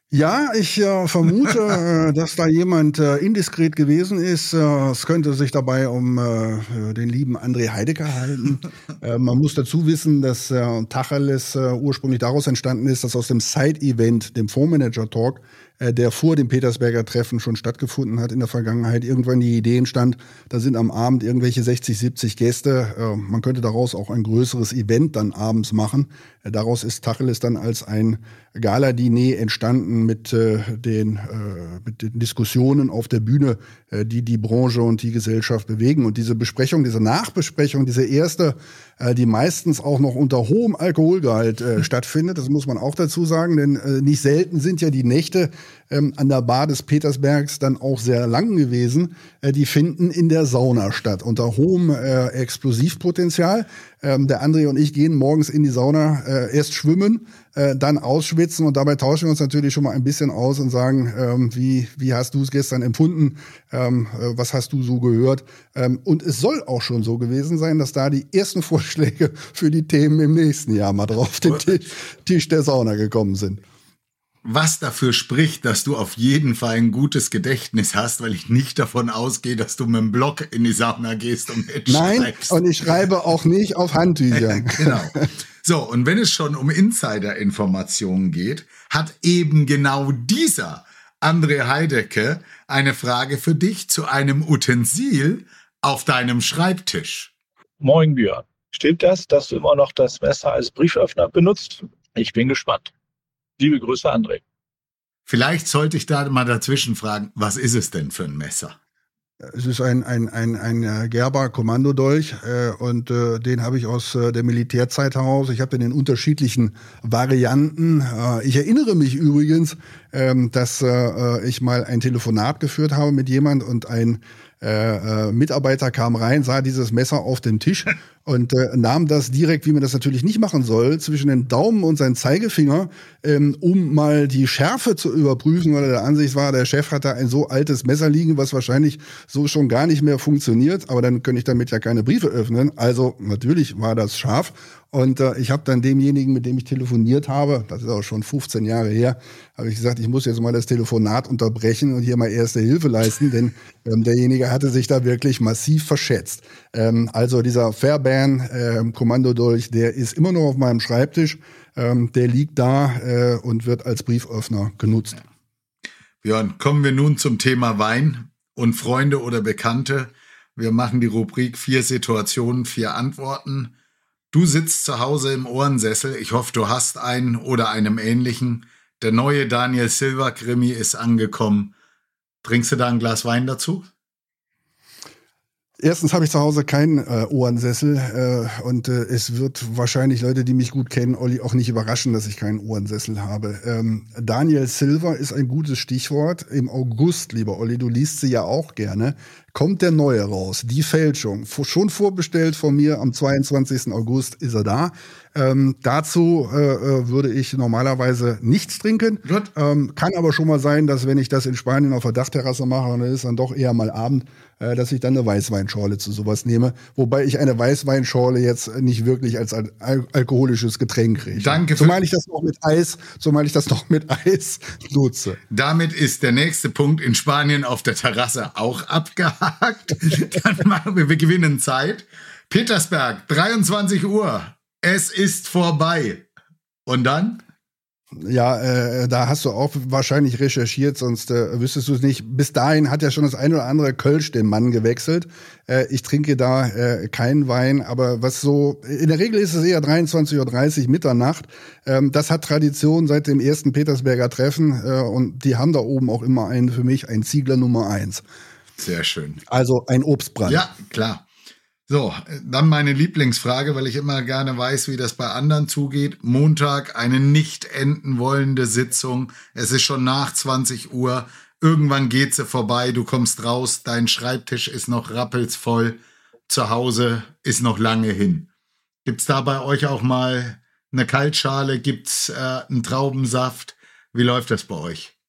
Ja, ich vermute, dass da jemand indiskret gewesen ist. Es könnte sich dabei um den lieben André Heidecke handeln. Man muss dazu wissen, dass Tacheles ursprünglich daraus entstanden ist, dass aus dem Side-Event, dem Fondsmanager-Talk, der vor dem Petersberger Treffen schon stattgefunden hat in der Vergangenheit, irgendwann die Idee entstand, da sind am Abend irgendwelche 60, 70 Gäste. Man könnte daraus auch ein größeres Event dann abends machen. Daraus ist Tacheles dann als ein Gala-Diner entstanden mit den Diskussionen auf der Bühne, die die Branche und die Gesellschaft bewegen. Und diese Besprechung, diese Nachbesprechung, diese erste, die meistens auch noch unter hohem Alkoholgehalt stattfindet, das muss man auch dazu sagen, denn nicht selten sind ja die Nächte an der Bar des Petersbergs dann auch sehr lang gewesen. Die finden in der Sauna statt, unter hohem Explosivpotenzial. Der André und ich gehen morgens in die Sauna, erst schwimmen, dann ausschwitzen und dabei tauschen wir uns natürlich schon mal ein bisschen aus und sagen, wie hast du es gestern empfunden, was hast du so gehört? Und es soll auch schon so gewesen sein, dass da die ersten Vorschläge für die Themen im nächsten Jahr mal drauf den Tisch der Sauna gekommen sind. Was dafür spricht, dass du auf jeden Fall ein gutes Gedächtnis hast, weil ich nicht davon ausgehe, dass du mit dem Block in die Sauna gehst und mitschreibst. Nein, und ich schreibe auch nicht auf Handtüchern. Genau. So, und wenn es schon um Insider-Informationen geht, hat eben genau dieser André Heidecke eine Frage für dich zu einem Utensil auf deinem Schreibtisch. Moin Björn. Stimmt das, dass du immer noch das Messer als Brieföffner benutzt? Ich bin gespannt. Liebe Grüße, André. Vielleicht sollte ich da mal dazwischen fragen, was ist es denn für ein Messer? Es ist ein Gerber Kommandodolch und den habe ich aus der Militärzeit heraus. Ich habe den in unterschiedlichen Varianten. Ich erinnere mich übrigens, dass ich mal ein Telefonat geführt habe mit jemand und ein Mitarbeiter kam rein, sah dieses Messer auf dem Tisch und nahm das direkt, wie man das natürlich nicht machen soll, zwischen den Daumen und seinen Zeigefinger, um mal die Schärfe zu überprüfen, weil er der Ansicht war, der Chef hat da ein so altes Messer liegen, was wahrscheinlich so schon gar nicht mehr funktioniert, aber dann könnte ich damit ja keine Briefe öffnen. Also natürlich war das scharf. Und ich habe dann demjenigen, mit dem ich telefoniert habe, das ist auch schon 15 Jahre her, habe ich gesagt, ich muss jetzt mal das Telefonat unterbrechen und hier mal erste Hilfe leisten, denn derjenige hatte sich da wirklich massiv verschätzt. Also dieser Fairbairn Kommandodolch, der ist immer noch auf meinem Schreibtisch, der liegt da und wird als Brieföffner genutzt. Björn, kommen wir nun zum Thema Wein und Freunde oder Bekannte. Wir machen die Rubrik 4 Situationen, 4 Antworten. Du sitzt zu Hause im Ohrensessel, ich hoffe, du hast einen oder einem ähnlichen. Der neue Daniel Silva Krimi ist angekommen. Trinkst du da ein Glas Wein dazu? Erstens habe ich zu Hause keinen Ohrensessel und es wird wahrscheinlich Leute, die mich gut kennen, Olli, auch nicht überraschen, dass ich keinen Ohrensessel habe. Daniel Silva ist ein gutes Stichwort. Im August, lieber Olli, du liest sie ja auch gerne, kommt der neue raus, Die Fälschung. Schon vorbestellt von mir, am 22. August ist er da. Dazu würde ich normalerweise nichts trinken. Kann aber schon mal sein, dass wenn ich das in Spanien auf der Dachterrasse mache, und dann ist dann doch eher mal Abend, dass ich dann eine Weißweinschorle zu sowas nehme. Wobei ich eine Weißweinschorle jetzt nicht wirklich als alkoholisches Getränk kriege. Danke. Zumal ich das noch mit Eis nutze. Damit ist der nächste Punkt in Spanien auf der Terrasse auch abgehakt. Dann machen wir gewinnen Zeit. Petersberg, 23 Uhr. Es ist vorbei. Und dann? Ja, da hast du auch wahrscheinlich recherchiert, sonst wüsstest du es nicht. Bis dahin hat ja schon das ein oder andere Kölsch den Mann gewechselt. Ich trinke da keinen Wein, aber was so, in der Regel ist es eher 23:30 Uhr, Mitternacht. Das hat Tradition seit dem ersten Petersberger Treffen und die haben da oben auch immer für mich einen Ziegler Nummer 1. Sehr schön. Also ein Obstbrand. Ja, klar. So, dann meine Lieblingsfrage, weil ich immer gerne weiß, wie das bei anderen zugeht. Montag, eine nicht enden wollende Sitzung. Es ist schon nach 20 Uhr. Irgendwann geht sie vorbei. Du kommst raus. Dein Schreibtisch ist noch rappelsvoll. Zu Hause ist noch lange hin. Gibt's da bei euch auch mal eine Kaltschale? Gibt's einen Traubensaft? Wie läuft das bei euch?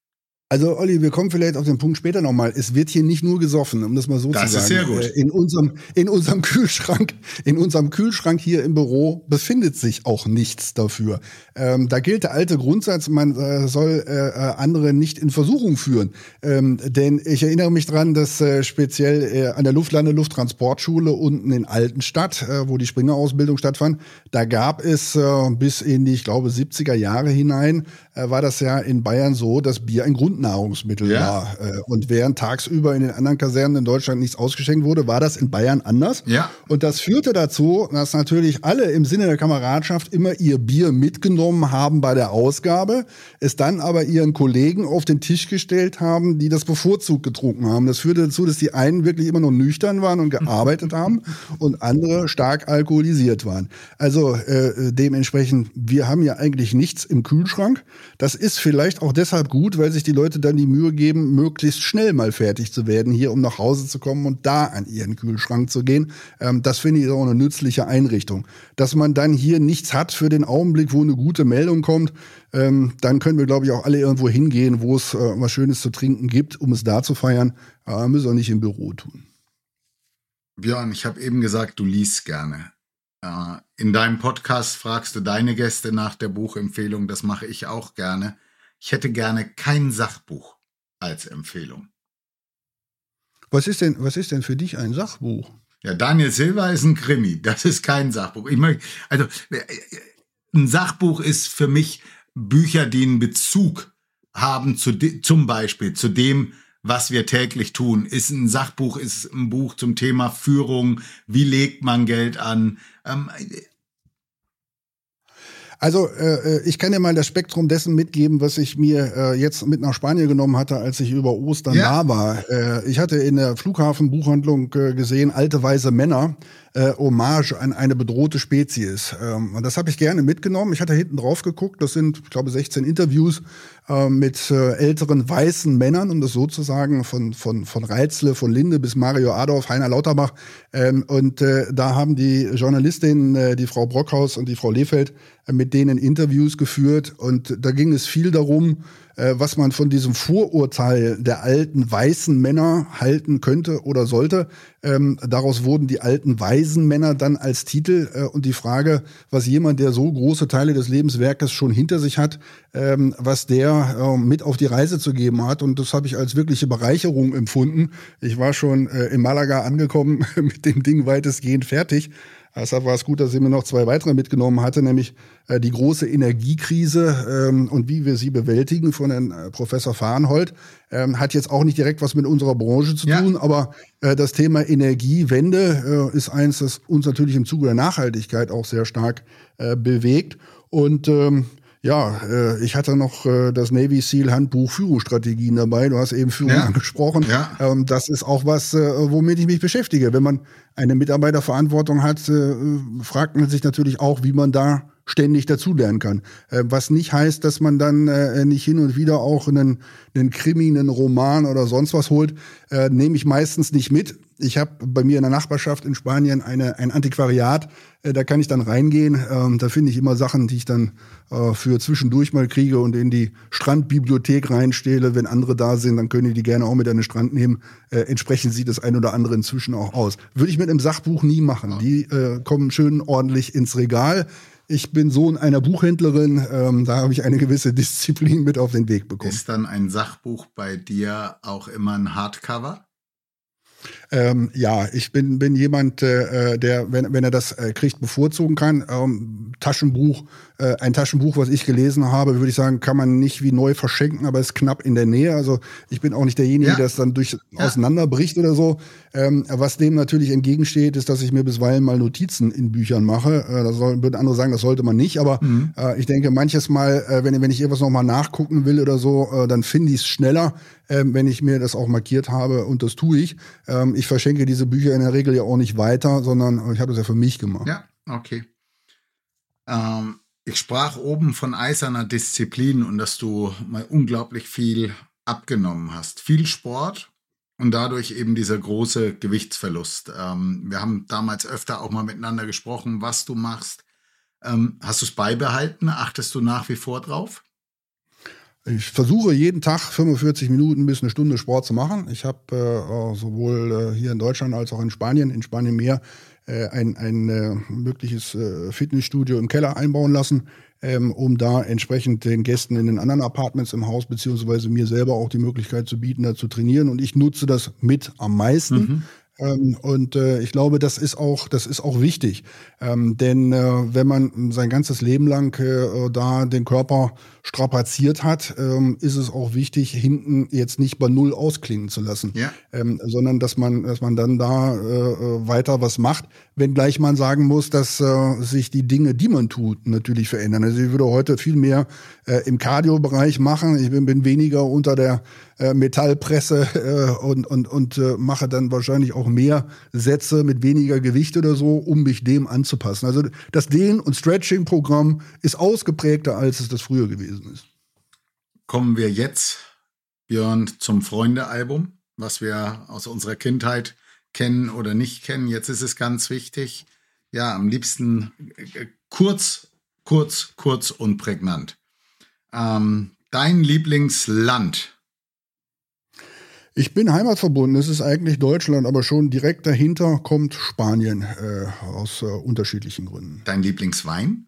Also Olli, wir kommen vielleicht auf den Punkt später nochmal. Es wird hier nicht nur gesoffen, um das mal so Das zu sagen. ist sehr gut. In unserem Kühlschrank hier im Büro befindet sich auch nichts dafür. Da gilt der alte Grundsatz, man soll andere nicht in Versuchung führen. Denn ich erinnere mich dran, dass speziell an der Lufttransportschule unten in Altenstadt, wo die Springerausbildung stattfand, da gab es bis in die, ich glaube, 70er Jahre hinein, war das ja in Bayern so, dass Bier ein Grundnahrungsmittel war. Und während tagsüber in den anderen Kasernen in Deutschland nichts ausgeschenkt wurde, war das in Bayern anders. Ja. Und das führte dazu, dass natürlich alle im Sinne der Kameradschaft immer ihr Bier mitgenommen haben bei der Ausgabe, es dann aber ihren Kollegen auf den Tisch gestellt haben, die das bevorzugt getrunken haben. Das führte dazu, dass die einen wirklich immer noch nüchtern waren und gearbeitet haben und andere stark alkoholisiert waren. Also dementsprechend, wir haben ja eigentlich nichts im Kühlschrank. Das ist vielleicht auch deshalb gut, weil sich die Leute dann die Mühe geben, möglichst schnell mal fertig zu werden, hier um nach Hause zu kommen und da an ihren Kühlschrank zu gehen. Das finde ich auch eine nützliche Einrichtung. Dass man dann hier nichts hat für den Augenblick, wo eine gute Meldung kommt, dann können wir, glaube ich, auch alle irgendwo hingehen, wo es was Schönes zu trinken gibt, um es da zu feiern. Müssen wir nicht im Büro tun. Björn, ich habe eben gesagt, du liest gerne. In deinem Podcast fragst du deine Gäste nach der Buchempfehlung. Das mache ich auch gerne. Ich hätte gerne kein Sachbuch als Empfehlung. Was ist denn für dich ein Sachbuch? Ja, Daniel Silva ist ein Krimi. Das ist kein Sachbuch. Ein Sachbuch ist für mich Bücher, die einen Bezug haben zum Beispiel zu dem, was wir täglich tun. Ist ein Sachbuch, ist ein Buch zum Thema Führung. Wie legt man Geld an? Also ich kann dir mal das Spektrum dessen mitgeben, was ich mir jetzt mit nach Spanien genommen hatte, als ich über Ostern da war. Ich hatte in der Flughafenbuchhandlung gesehen, alte weise Männer, Hommage an eine bedrohte Spezies. Und das habe ich gerne mitgenommen. Ich hatte hinten drauf geguckt, das sind, ich glaube, 16 Interviews mit älteren weißen Männern, um das so zu sagen, von Reitzle, von Linde bis Mario Adorf, Heiner Lauterbach. Da haben die Journalistinnen, die Frau Brockhaus und die Frau Lehfeld, mit denen Interviews geführt. Und da ging es viel darum, was man von diesem Vorurteil der alten weißen Männer halten könnte oder sollte. Daraus wurden die alten weisen Männer dann als Titel und die Frage, was jemand, der so große Teile des Lebenswerkes schon hinter sich hat, was der mit auf die Reise zu geben hat. Und das habe ich als wirkliche Bereicherung empfunden. Ich war schon in Malaga angekommen, mit dem Ding weitestgehend fertig. Deshalb war es gut, dass ich mir noch 2 weitere mitgenommen hatte, nämlich die große Energiekrise und wie wir sie bewältigen von Herrn Professor Fahrenhold. Hat jetzt auch nicht direkt was mit unserer Branche zu tun, aber das Thema Energiewende ist eins, das uns natürlich im Zuge der Nachhaltigkeit auch sehr stark bewegt. Und ich hatte noch das Navy SEAL Handbuch Führungsstrategien dabei. Du hast eben Führung angesprochen. Ja. Das ist auch was, womit ich mich beschäftige. Wenn man eine Mitarbeiterverantwortung hat, fragt man sich natürlich auch, wie man da ständig dazulernen kann. Was nicht heißt, dass man dann nicht hin und wieder auch einen Krimi, einen Roman oder sonst was holt, nehme ich meistens nicht mit. Ich habe bei mir in der Nachbarschaft in Spanien ein Antiquariat, da kann ich dann reingehen. Da finde ich immer Sachen, die ich dann für zwischendurch mal kriege und in die Strandbibliothek reinstehle. Wenn andere da sind, dann können die gerne auch mit an den Strand nehmen. Entsprechend sieht das ein oder andere inzwischen auch aus. Würde ich mit einem Sachbuch nie machen. Die kommen schön ordentlich ins Regal. Ich bin Sohn einer Buchhändlerin, da habe ich eine gewisse Disziplin mit auf den Weg bekommen. Ist dann ein Sachbuch bei dir auch immer ein Hardcover? Ich bin jemand, der, wenn er das kriegt, bevorzugen kann. Ein Taschenbuch, was ich gelesen habe, würde ich sagen, kann man nicht wie neu verschenken, aber ist knapp in der Nähe. Also ich bin auch nicht derjenige, der es dann auseinanderbricht oder so. Was dem natürlich entgegensteht, ist, dass ich mir bisweilen mal Notizen in Büchern mache. Würden andere sagen, das sollte man nicht, aber ich denke, manches Mal, wenn ich irgendwas nochmal nachgucken will oder so, dann finde ich es schneller, wenn ich mir das auch markiert habe, und das tue ich. Ich verschenke diese Bücher in der Regel ja auch nicht weiter, sondern ich habe das ja für mich gemacht. Ja, okay. Ich sprach oben von eiserner Disziplin und dass du mal unglaublich viel abgenommen hast. Viel Sport und dadurch eben dieser große Gewichtsverlust. Wir haben damals öfter auch mal miteinander gesprochen, was du machst. Hast du es beibehalten? Achtest du nach wie vor drauf? Ich versuche jeden Tag 45 Minuten bis eine Stunde Sport zu machen. Ich habe sowohl hier in Deutschland als auch in Spanien mehr, ein mögliches Fitnessstudio im Keller einbauen lassen, um da entsprechend den Gästen in den anderen Apartments im Haus beziehungsweise mir selber auch die Möglichkeit zu bieten, da zu trainieren. Und ich nutze das mit am meisten. Und ich glaube, das ist auch wichtig. Denn wenn man sein ganzes Leben lang da den Körper strapaziert hat, ist es auch wichtig, hinten jetzt nicht bei Null ausklingen zu lassen, sondern dass man dann da weiter was macht, wenngleich man sagen muss, dass sich die Dinge, die man tut, natürlich verändern. Also ich würde heute viel mehr im Cardio-Bereich machen. Ich bin weniger unter der Metallpresse und mache dann wahrscheinlich auch mehr Sätze mit weniger Gewicht oder so, um mich dem anzupassen. Also das Dehn- und Stretching-Programm ist ausgeprägter, als es das früher gewesen ist. Kommen wir jetzt, Björn, zum Freunde-Album, was wir aus unserer Kindheit kennen oder nicht kennen. Jetzt ist es ganz wichtig, ja, am liebsten kurz und prägnant. Dein Lieblingsland? Ich bin heimatverbunden, es ist eigentlich Deutschland, aber schon direkt dahinter kommt Spanien aus unterschiedlichen Gründen. Dein Lieblingswein?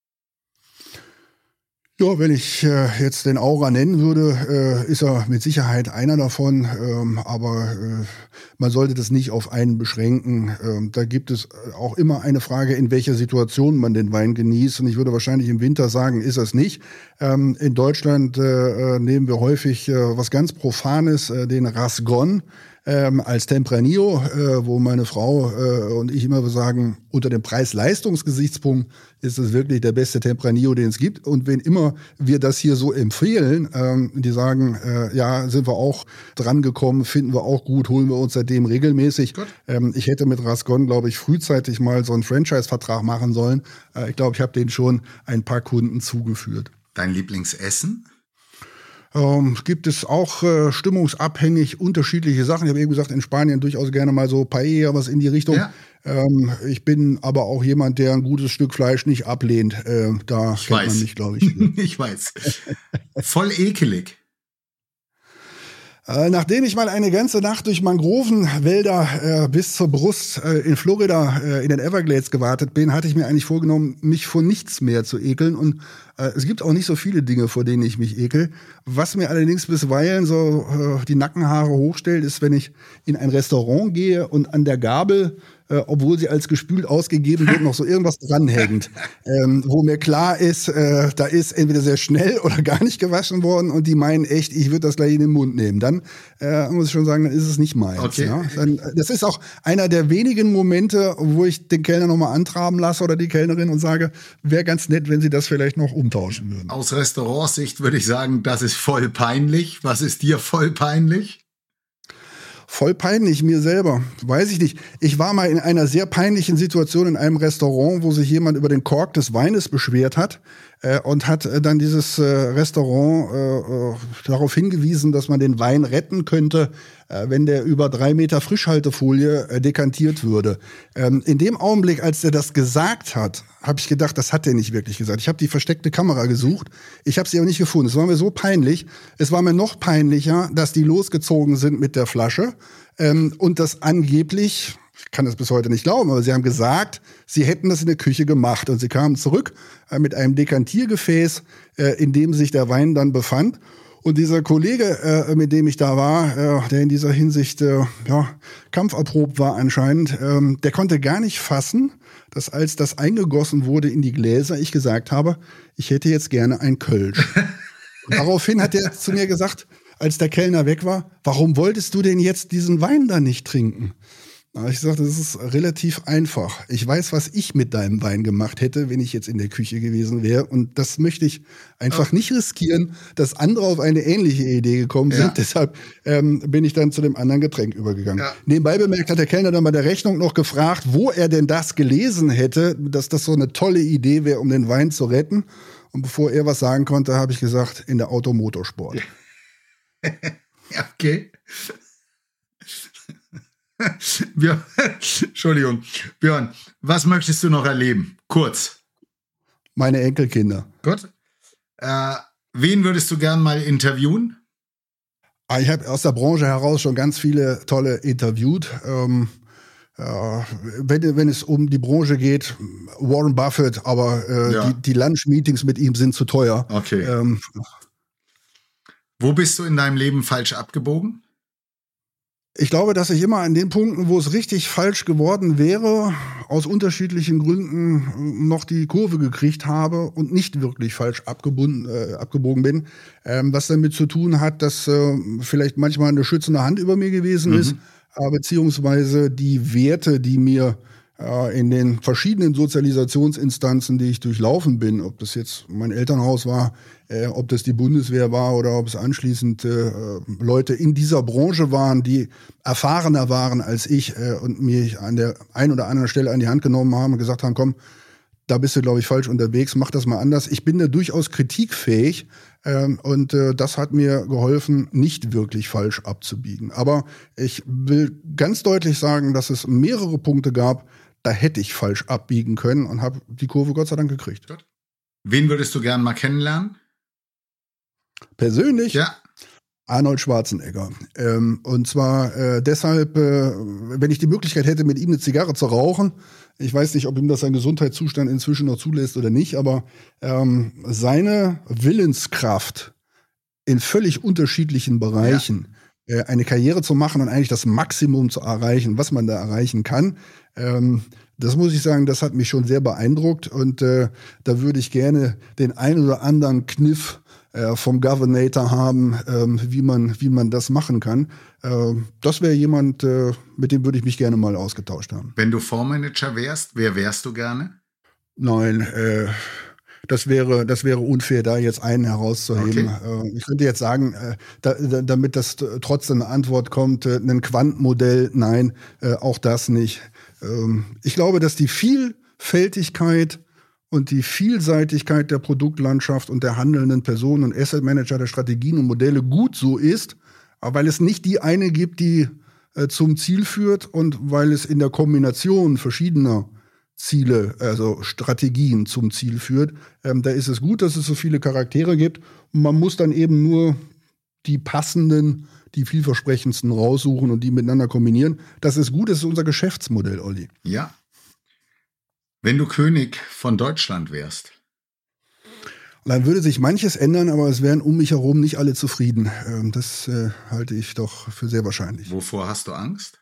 Ja, wenn ich jetzt den Aura nennen würde, ist er mit Sicherheit einer davon, aber man sollte das nicht auf einen beschränken. Da gibt es auch immer eine Frage, in welcher Situation man den Wein genießt. Und ich würde wahrscheinlich im Winter sagen, ist es nicht. In Deutschland nehmen wir häufig was ganz Profanes, den Rasgon. Als Tempranillo, wo meine Frau und ich immer sagen, unter dem Preis-Leistungs-Gesichtspunkt ist es wirklich der beste Tempranillo, den es gibt. Und wenn immer wir das hier so empfehlen, die sagen, ja, sind wir auch dran gekommen, finden wir auch gut, holen wir uns seitdem regelmäßig. Ich hätte mit Rasgon, glaube ich, frühzeitig mal so einen Franchise-Vertrag machen sollen. Ich glaube, ich habe den schon ein paar Kunden zugeführt. Dein Lieblingsessen? Gibt es auch stimmungsabhängig unterschiedliche Sachen. Ich habe eben gesagt, in Spanien durchaus gerne mal so Paella, was in die Richtung. Ja. Ich bin aber auch jemand, der ein gutes Stück Fleisch nicht ablehnt. Da kennt man mich, glaube ich. Ich weiß. Voll ekelig. Nachdem ich mal eine ganze Nacht durch Mangrovenwälder bis zur Brust in Florida in den Everglades gewartet bin, hatte ich mir eigentlich vorgenommen, mich vor nichts mehr zu ekeln. Und es gibt auch nicht so viele Dinge, vor denen ich mich ekel. Was mir allerdings bisweilen so die Nackenhaare hochstellt, ist, wenn ich in ein Restaurant gehe und an der Gabel, obwohl sie als gespült ausgegeben wird, noch so irgendwas dranhängt, wo mir klar ist, da ist entweder sehr schnell oder gar nicht gewaschen worden und die meinen echt, ich würde das gleich in den Mund nehmen. Dann muss ich schon sagen, dann ist es nicht meins. Okay. Ja? Das ist auch einer der wenigen Momente, wo ich den Kellner nochmal antraben lasse oder die Kellnerin und sage, wäre ganz nett, wenn sie das vielleicht noch umtauschen würden. Aus Restaurantsicht würde ich sagen, das ist voll peinlich. Was ist dir voll peinlich? Voll peinlich, mir selber. Weiß ich nicht. Ich war mal in einer sehr peinlichen Situation in einem Restaurant, wo sich jemand über den Kork des Weines beschwert hat und hat dann dieses Restaurant darauf hingewiesen, dass man den Wein retten könnte, wenn der über 3 Meter Frischhaltefolie dekantiert würde. In dem Augenblick, als der das gesagt hat, habe ich gedacht, das hat er nicht wirklich gesagt. Ich habe die versteckte Kamera gesucht, ich habe sie aber nicht gefunden. Es war mir so peinlich. Es war mir noch peinlicher, dass die losgezogen sind mit der Flasche und das angeblich, ich kann das bis heute nicht glauben, aber sie haben gesagt, sie hätten das in der Küche gemacht. Und sie kamen zurück mit einem Dekantiergefäß, in dem sich der Wein dann befand. Und dieser Kollege, mit dem ich da war, der in dieser Hinsicht kampferprobt war anscheinend, der konnte gar nicht fassen, dass als das eingegossen wurde in die Gläser, ich gesagt habe, ich hätte jetzt gerne ein Kölsch. Daraufhin hat er zu mir gesagt, als der Kellner weg war, warum wolltest du denn jetzt diesen Wein da nicht trinken? Ich sagte, das ist relativ einfach. Ich weiß, was ich mit deinem Wein gemacht hätte, wenn ich jetzt in der Küche gewesen wäre. Und das möchte ich einfach nicht riskieren, dass andere auf eine ähnliche Idee gekommen sind. Ja. Deshalb bin ich dann zu dem anderen Getränk übergegangen. Ja. Nebenbei bemerkt hat der Kellner dann bei der Rechnung noch gefragt, wo er denn das gelesen hätte, dass das so eine tolle Idee wäre, um den Wein zu retten. Und bevor er was sagen konnte, habe ich gesagt, in der Automotorsport. Ja, okay. Björn, Entschuldigung. Björn, was möchtest du noch erleben? Kurz. Meine Enkelkinder. Gut. Wen würdest du gern mal interviewen? Ich habe aus der Branche heraus schon ganz viele tolle interviewt. Wenn es um die Branche geht, Warren Buffett, aber die Lunch-Meetings mit ihm sind zu teuer. Okay. Wo bist du in deinem Leben falsch abgebogen? Ich glaube, dass ich immer an den Punkten, wo es richtig falsch geworden wäre, aus unterschiedlichen Gründen noch die Kurve gekriegt habe und nicht wirklich falsch abgebogen bin. Was damit zu tun hat, dass vielleicht manchmal eine schützende Hand über mir gewesen ist, beziehungsweise die Werte, die mir in den verschiedenen Sozialisationsinstanzen, die ich durchlaufen bin, ob das jetzt mein Elternhaus war, ob das die Bundeswehr war oder ob es anschließend Leute in dieser Branche waren, die erfahrener waren als ich und mich an der einen oder anderen Stelle an die Hand genommen haben und gesagt haben, komm, da bist du, glaube ich, falsch unterwegs, mach das mal anders. Ich bin da durchaus kritikfähig und das hat mir geholfen, nicht wirklich falsch abzubiegen. Aber ich will ganz deutlich sagen, dass es mehrere Punkte gab, da hätte ich falsch abbiegen können und habe die Kurve Gott sei Dank gekriegt. Wen würdest du gern mal kennenlernen? Persönlich? Ja. Arnold Schwarzenegger. Und zwar deshalb, wenn ich die Möglichkeit hätte, mit ihm eine Zigarre zu rauchen. Ich weiß nicht, ob ihm das sein Gesundheitszustand inzwischen noch zulässt oder nicht, aber seine Willenskraft in völlig unterschiedlichen Bereichen, eine Karriere zu machen und eigentlich das Maximum zu erreichen, was man da erreichen kann, das muss ich sagen, das hat mich schon sehr beeindruckt. Und da würde ich gerne den ein oder anderen Kniff vom Governator haben, wie man das machen kann. Das wäre jemand, mit dem würde ich mich gerne mal ausgetauscht haben. Wenn du Fondsmanager wärst, wer wärst du gerne? Nein, das wäre unfair, da jetzt einen herauszuheben. Okay. Ich könnte jetzt sagen, damit das trotzdem eine Antwort kommt, ein Quant-Modell, nein, auch das nicht. Ich glaube, dass die Vielfältigkeit und die Vielseitigkeit der Produktlandschaft und der handelnden Personen und Asset Manager, der Strategien und Modelle gut so ist, weil es nicht die eine gibt, die zum Ziel führt und weil es in der Kombination verschiedener Ziele, also Strategien zum Ziel führt. Da ist es gut, dass es so viele Charaktere gibt. Und man muss dann eben nur die passenden, die vielversprechendsten raussuchen und die miteinander kombinieren. Das ist gut, das ist unser Geschäftsmodell, Olli. Ja. Wenn du König von Deutschland wärst? Dann würde sich manches ändern, aber es wären um mich herum nicht alle zufrieden. Das halte ich doch für sehr wahrscheinlich. Wovor hast du Angst?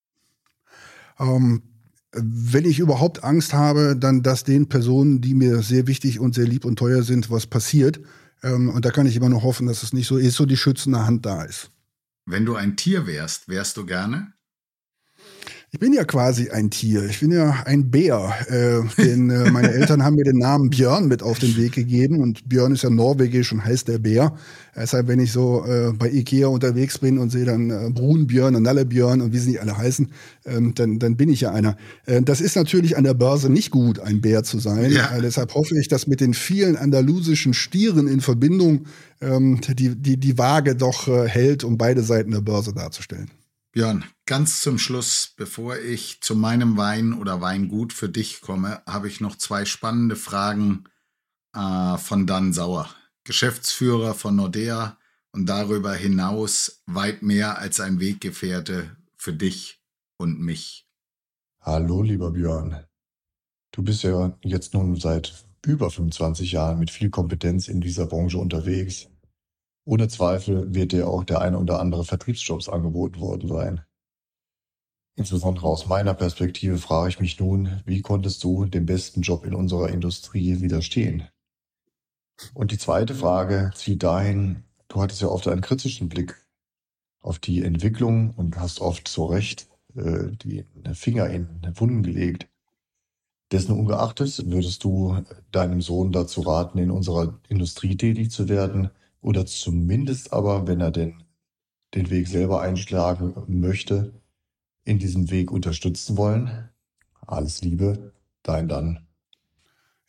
Wenn ich überhaupt Angst habe, dann, dass den Personen, die mir sehr wichtig und sehr lieb und teuer sind, was passiert. Und da kann ich immer noch hoffen, dass es nicht so ist, so die schützende Hand da ist. Wenn du ein Tier wärst du gerne? Ich bin ja quasi ein Tier. Ich bin ja ein Bär. Meine Eltern haben mir den Namen Björn mit auf den Weg gegeben. Und Björn ist ja norwegisch und heißt der Bär. Deshalb, wenn ich so bei Ikea unterwegs bin und sehe dann Brunbjörn und Nallebjörn und wie sie nicht alle heißen, dann bin ich ja einer. Das ist natürlich an der Börse nicht gut, ein Bär zu sein. Ja. Deshalb hoffe ich, dass mit den vielen andalusischen Stieren in Verbindung die Waage doch hält, um beide Seiten der Börse darzustellen. Björn, ganz zum Schluss, bevor ich zu meinem Wein oder Weingut für dich komme, habe ich noch 2 spannende Fragen von Dan Sauer, Geschäftsführer von Nordea und darüber hinaus weit mehr als ein Weggefährte für dich und mich. Hallo, lieber Björn. Du bist ja jetzt nun seit über 25 Jahren mit viel Kompetenz in dieser Branche unterwegs. Ohne Zweifel wird dir auch der eine oder andere Vertriebsjobs angeboten worden sein. Insbesondere aus meiner Perspektive frage ich mich nun, wie konntest du dem besten Job in unserer Industrie widerstehen? Und die zweite Frage zielt dahin, du hattest ja oft einen kritischen Blick auf die Entwicklung und hast oft zu Recht die Finger in Wunden gelegt. Dessen ungeachtet würdest du deinem Sohn dazu raten, in unserer Industrie tätig zu werden? Oder zumindest aber, wenn er den Weg selber einschlagen möchte, in diesem Weg unterstützen wollen. Alles Liebe, dein Dan.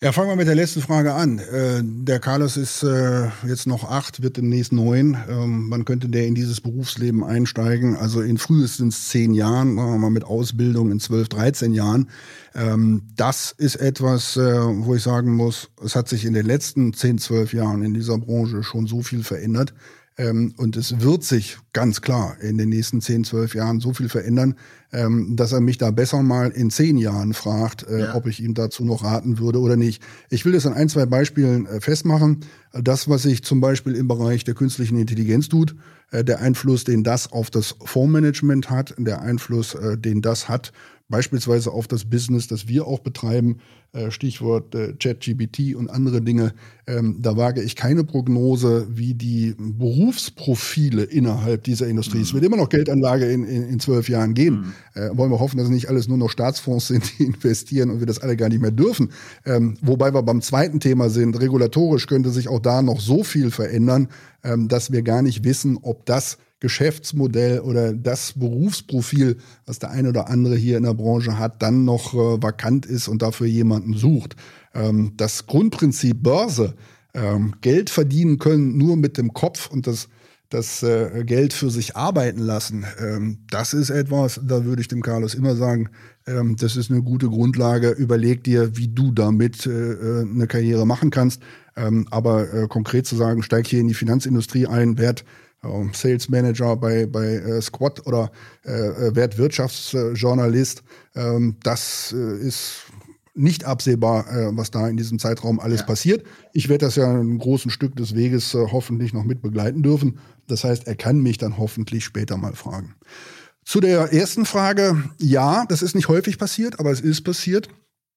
Ja, fangen wir mit der letzten Frage an. Der Carlos ist jetzt noch 8, wird demnächst 9. Wann könnte der in dieses Berufsleben einsteigen? Also in frühestens 10 Jahren, sagen wir mal mit Ausbildung in 12, 13 Jahren. Das ist etwas, wo ich sagen muss, es hat sich in den letzten 10, 12 Jahren in dieser Branche schon so viel verändert. Und es wird sich ganz klar in den nächsten 10, 12 Jahren so viel verändern, dass er mich da besser mal in 10 Jahren fragt, ob ich ihm dazu noch raten würde oder nicht. Ich will das an 1, 2 Beispielen festmachen. Das, was sich zum Beispiel im Bereich der künstlichen Intelligenz tut, der Einfluss, den das auf das Fondsmanagement hat, der Einfluss, den das hat, beispielsweise auf das Business, das wir auch betreiben, Stichwort ChatGPT und andere Dinge. Da wage ich keine Prognose, wie die Berufsprofile innerhalb dieser Industrie. Es wird immer noch Geldanlage in 12 Jahren geben. Wollen wir hoffen, dass es nicht alles nur noch Staatsfonds sind, die investieren und wir das alle gar nicht mehr dürfen. Wobei wir beim zweiten Thema sind, regulatorisch könnte sich auch da noch so viel verändern, dass wir gar nicht wissen, ob das Geschäftsmodell oder das Berufsprofil, was der eine oder andere hier in der Branche hat, dann noch vakant ist und dafür jemanden sucht. Das Grundprinzip Börse, Geld verdienen können nur mit dem Kopf und das Geld für sich arbeiten lassen, das ist etwas, da würde ich dem Carlos immer sagen, das ist eine gute Grundlage. Überleg dir, wie du damit eine Karriere machen kannst. Aber konkret zu sagen, steig hier in die Finanzindustrie ein, werd Sales Manager bei Squad oder werd Wirtschaftsjournalist, das ist nicht absehbar, was da in diesem Zeitraum alles passiert. Ich werde das ja einen großen Stück des Weges hoffentlich noch mit begleiten dürfen. Das heißt, er kann mich dann hoffentlich später mal fragen. Zu der ersten Frage, ja, das ist nicht häufig passiert, aber es ist passiert.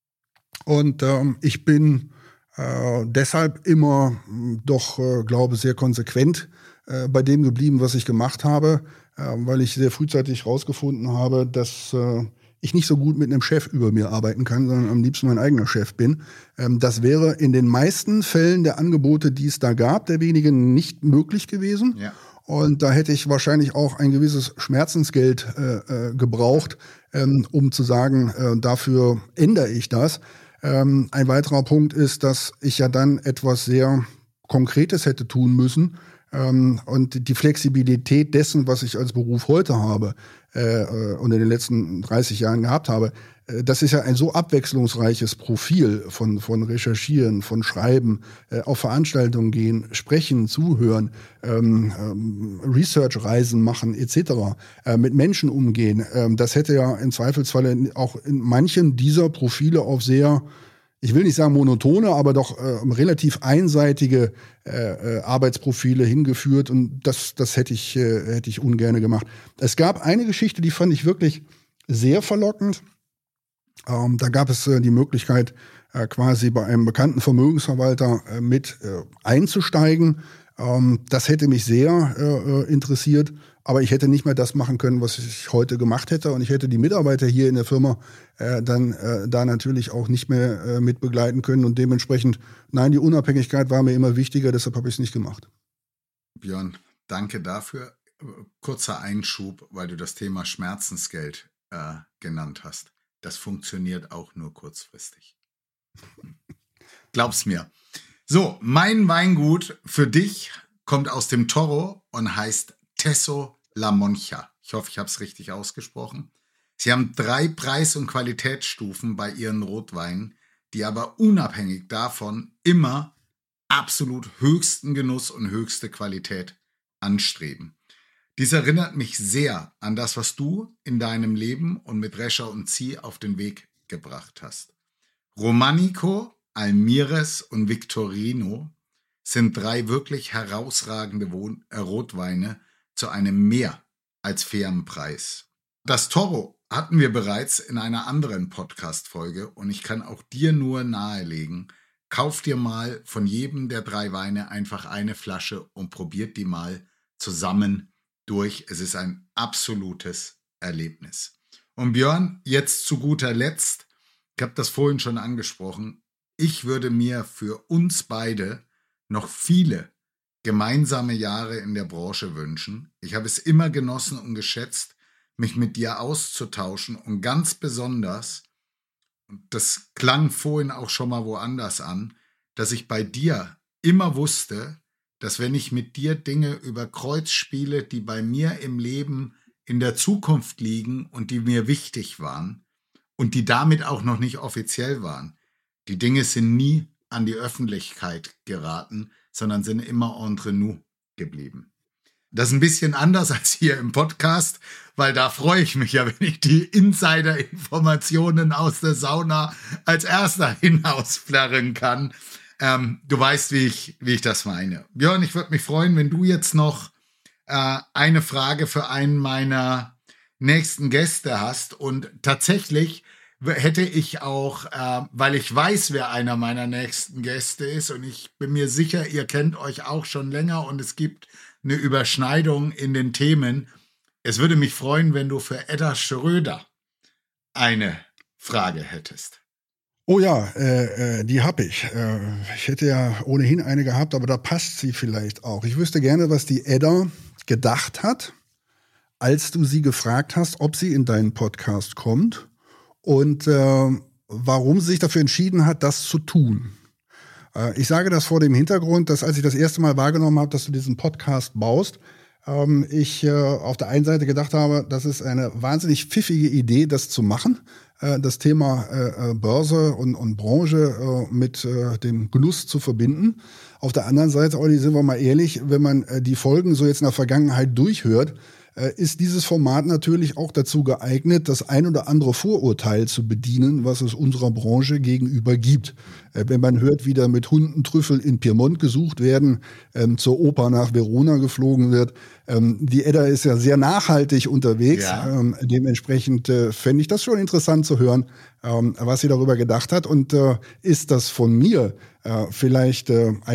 Und ich bin deshalb immer doch, glaube sehr konsequent bei dem geblieben, was ich gemacht habe, weil ich sehr frühzeitig herausgefunden habe, dass ich nicht so gut mit einem Chef über mir arbeiten kann, sondern am liebsten mein eigener Chef bin. Das wäre in den meisten Fällen der Angebote, die es da gab, der wenigen nicht möglich gewesen. Ja. Und da hätte ich wahrscheinlich auch ein gewisses Schmerzensgeld gebraucht, um zu sagen, dafür ändere ich das. Ein weiterer Punkt ist, dass ich ja dann etwas sehr Konkretes hätte tun müssen. Und die Flexibilität dessen, was ich als Beruf heute habe und in den letzten 30 Jahren gehabt habe, das ist ja ein so abwechslungsreiches Profil von Recherchieren, von Schreiben, auf Veranstaltungen gehen, sprechen, zuhören, Research-Reisen machen etc., mit Menschen umgehen. Das hätte ja im Zweifelsfalle auch in manchen dieser Profile auf sehr, ich will nicht sagen monotone, aber doch relativ einseitige Arbeitsprofile hingeführt und das hätte ich ungerne gemacht. Es gab eine Geschichte, die fand ich wirklich sehr verlockend. Da gab es die Möglichkeit, quasi bei einem bekannten Vermögensverwalter mit einzusteigen. Das hätte mich sehr interessiert, aber ich hätte nicht mehr das machen können, was ich heute gemacht hätte. Und ich hätte die Mitarbeiter hier in der Firma dann da natürlich auch nicht mehr mit begleiten können. Und dementsprechend, nein, die Unabhängigkeit war mir immer wichtiger, deshalb habe ich es nicht gemacht. Björn, danke dafür. Kurzer Einschub, weil du das Thema Schmerzensgeld genannt hast. Das funktioniert auch nur kurzfristig. Glaub's mir. So, mein Weingut für dich kommt aus dem Toro und heißt Teso La Monja. Ich hoffe, ich habe es richtig ausgesprochen. Sie haben 3 Preis- und Qualitätsstufen bei ihren Rotweinen, die aber unabhängig davon immer absolut höchsten Genuss und höchste Qualität anstreben. Dies erinnert mich sehr an das, was du in deinem Leben und mit Rescher und Zieh auf den Weg gebracht hast. Romanico, Almires und Victorino sind 3 wirklich herausragende Rotweine zu einem mehr als fairen Preis. Das Toro hatten wir bereits in einer anderen Podcast-Folge und ich kann auch dir nur nahelegen, kauf dir mal von jedem der 3 Weine einfach eine Flasche und probiert die mal zusammen durch. Es ist ein absolutes Erlebnis. Und Björn, jetzt zu guter Letzt, ich habe das vorhin schon angesprochen, ich würde mir für uns beide noch viele gemeinsame Jahre in der Branche wünschen. Ich habe es immer genossen und geschätzt, mich mit dir auszutauschen und ganz besonders und das klang vorhin auch schon mal woanders an, dass ich bei dir immer wusste, dass wenn ich mit dir Dinge über Kreuz spiele, die bei mir im Leben in der Zukunft liegen und die mir wichtig waren und die damit auch noch nicht offiziell waren, die Dinge sind nie an die Öffentlichkeit geraten, sondern sind immer entre nous geblieben. Das ist ein bisschen anders als hier im Podcast, weil da freue ich mich ja, wenn ich die Insider-Informationen aus der Sauna als erster hinausflirren kann. Du weißt, wie ich das meine. Björn, ich würde mich freuen, wenn du jetzt noch eine Frage für einen meiner nächsten Gäste hast. Und tatsächlich hätte ich auch, weil ich weiß, wer einer meiner nächsten Gäste ist und ich bin mir sicher, ihr kennt euch auch schon länger und es gibt eine Überschneidung in den Themen. Es würde mich freuen, wenn du für Edda Schröder eine Frage hättest. Oh ja, die habe ich. Ich hätte ja ohnehin eine gehabt, aber da passt sie vielleicht auch. Ich wüsste gerne, was die Edda gedacht hat, als du sie gefragt hast, ob sie in deinen Podcast kommt und warum sie sich dafür entschieden hat, das zu tun. Ich sage das vor dem Hintergrund, dass als ich das erste Mal wahrgenommen habe, dass du diesen Podcast baust, ich auf der einen Seite gedacht habe, das ist eine wahnsinnig pfiffige Idee, das zu machen. Das Thema Börse und Branche mit dem Genuss zu verbinden. Auf der anderen Seite, Olli, sind wir mal ehrlich, wenn man die Folgen so jetzt in der Vergangenheit durchhört, ist dieses Format natürlich auch dazu geeignet, das ein oder andere Vorurteil zu bedienen, was es unserer Branche gegenüber gibt. Wenn man hört, wie da mit Hundentrüffel in Piemont gesucht werden, zur Oper nach Verona geflogen wird. Die Edda ist ja sehr nachhaltig unterwegs. Ja. Dementsprechend fände ich das schon interessant zu hören, was sie darüber gedacht hat. Und ist das von mir vielleicht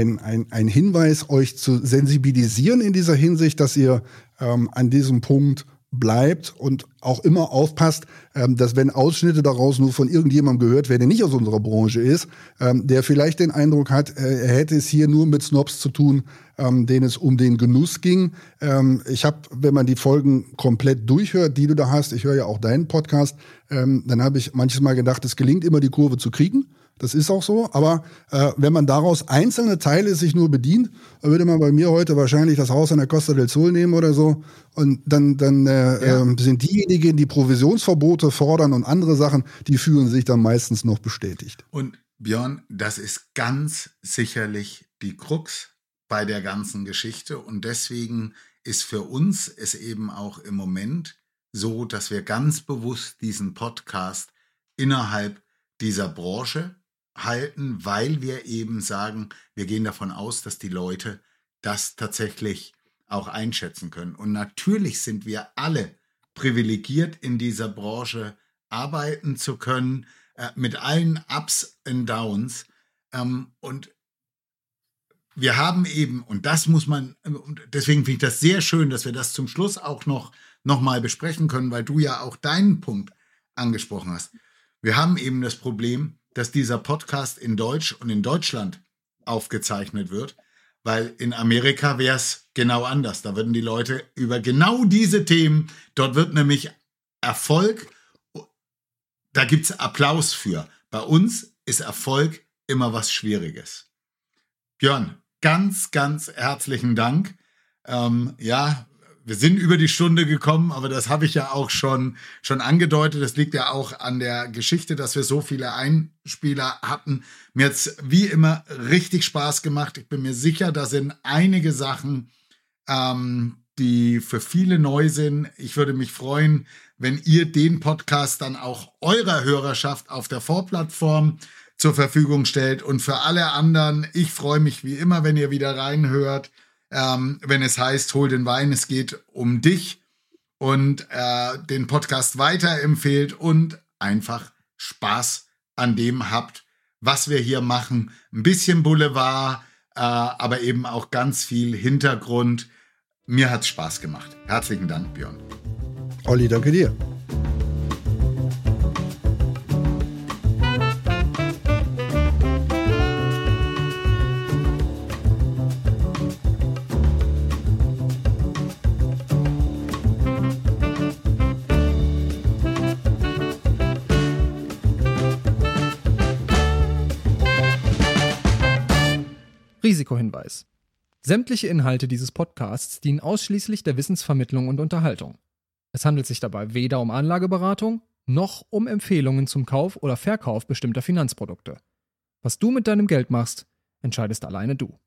ein Hinweis, euch zu sensibilisieren in dieser Hinsicht, dass ihr an diesem Punkt bleibt und auch immer aufpasst, dass wenn Ausschnitte daraus nur von irgendjemandem gehört werden, der nicht aus unserer Branche ist, der vielleicht den Eindruck hat, er hätte es hier nur mit Snobs zu tun, denen es um den Genuss ging. Ich habe, wenn man die Folgen komplett durchhört, die du da hast, ich höre ja auch deinen Podcast, dann habe ich manches Mal gedacht, es gelingt immer, die Kurve zu kriegen. Das ist auch so, aber wenn man daraus einzelne Teile sich nur bedient, dann würde man bei mir heute wahrscheinlich das Haus an der Costa del Sol nehmen oder so und dann sind diejenigen, die Provisionsverbote fordern und andere Sachen, die fühlen sich dann meistens noch bestätigt. Und Björn, das ist ganz sicherlich die Krux bei der ganzen Geschichte und deswegen ist für uns es eben auch im Moment so, dass wir ganz bewusst diesen Podcast innerhalb dieser Branche halten, weil wir eben sagen, wir gehen davon aus, dass die Leute das tatsächlich auch einschätzen können. Und natürlich sind wir alle privilegiert, in dieser Branche arbeiten zu können, mit allen Ups und Downs. Und wir haben eben, und das muss man, und deswegen finde ich das sehr schön, dass wir das zum Schluss auch noch mal besprechen können, weil du ja auch deinen Punkt angesprochen hast. Wir haben eben das Problem, dass dieser Podcast in Deutsch und in Deutschland aufgezeichnet wird, weil in Amerika wäre es genau anders. Da würden die Leute über genau diese Themen, dort wird nämlich Erfolg, da gibt es Applaus für. Bei uns ist Erfolg immer was Schwieriges. Björn, ganz, ganz herzlichen Dank. Wir sind über die Stunde gekommen, aber das habe ich ja auch schon angedeutet. Das liegt ja auch an der Geschichte, dass wir so viele Einspieler hatten. Mir hat es wie immer richtig Spaß gemacht. Ich bin mir sicher, da sind einige Sachen, die für viele neu sind. Ich würde mich freuen, wenn ihr den Podcast dann auch eurer Hörerschaft auf der Vorplattform zur Verfügung stellt. Und für alle anderen, ich freue mich wie immer, wenn ihr wieder reinhört. Wenn es heißt, hol den Wein, es geht um dich und den Podcast weiterempfehlt und einfach Spaß an dem habt, was wir hier machen. Ein bisschen Boulevard, aber eben auch ganz viel Hintergrund. Mir hat's Spaß gemacht. Herzlichen Dank, Björn. Olli, danke dir. Risikohinweis. Sämtliche Inhalte dieses Podcasts dienen ausschließlich der Wissensvermittlung und Unterhaltung. Es handelt sich dabei weder um Anlageberatung, noch um Empfehlungen zum Kauf oder Verkauf bestimmter Finanzprodukte. Was du mit deinem Geld machst, entscheidest alleine du.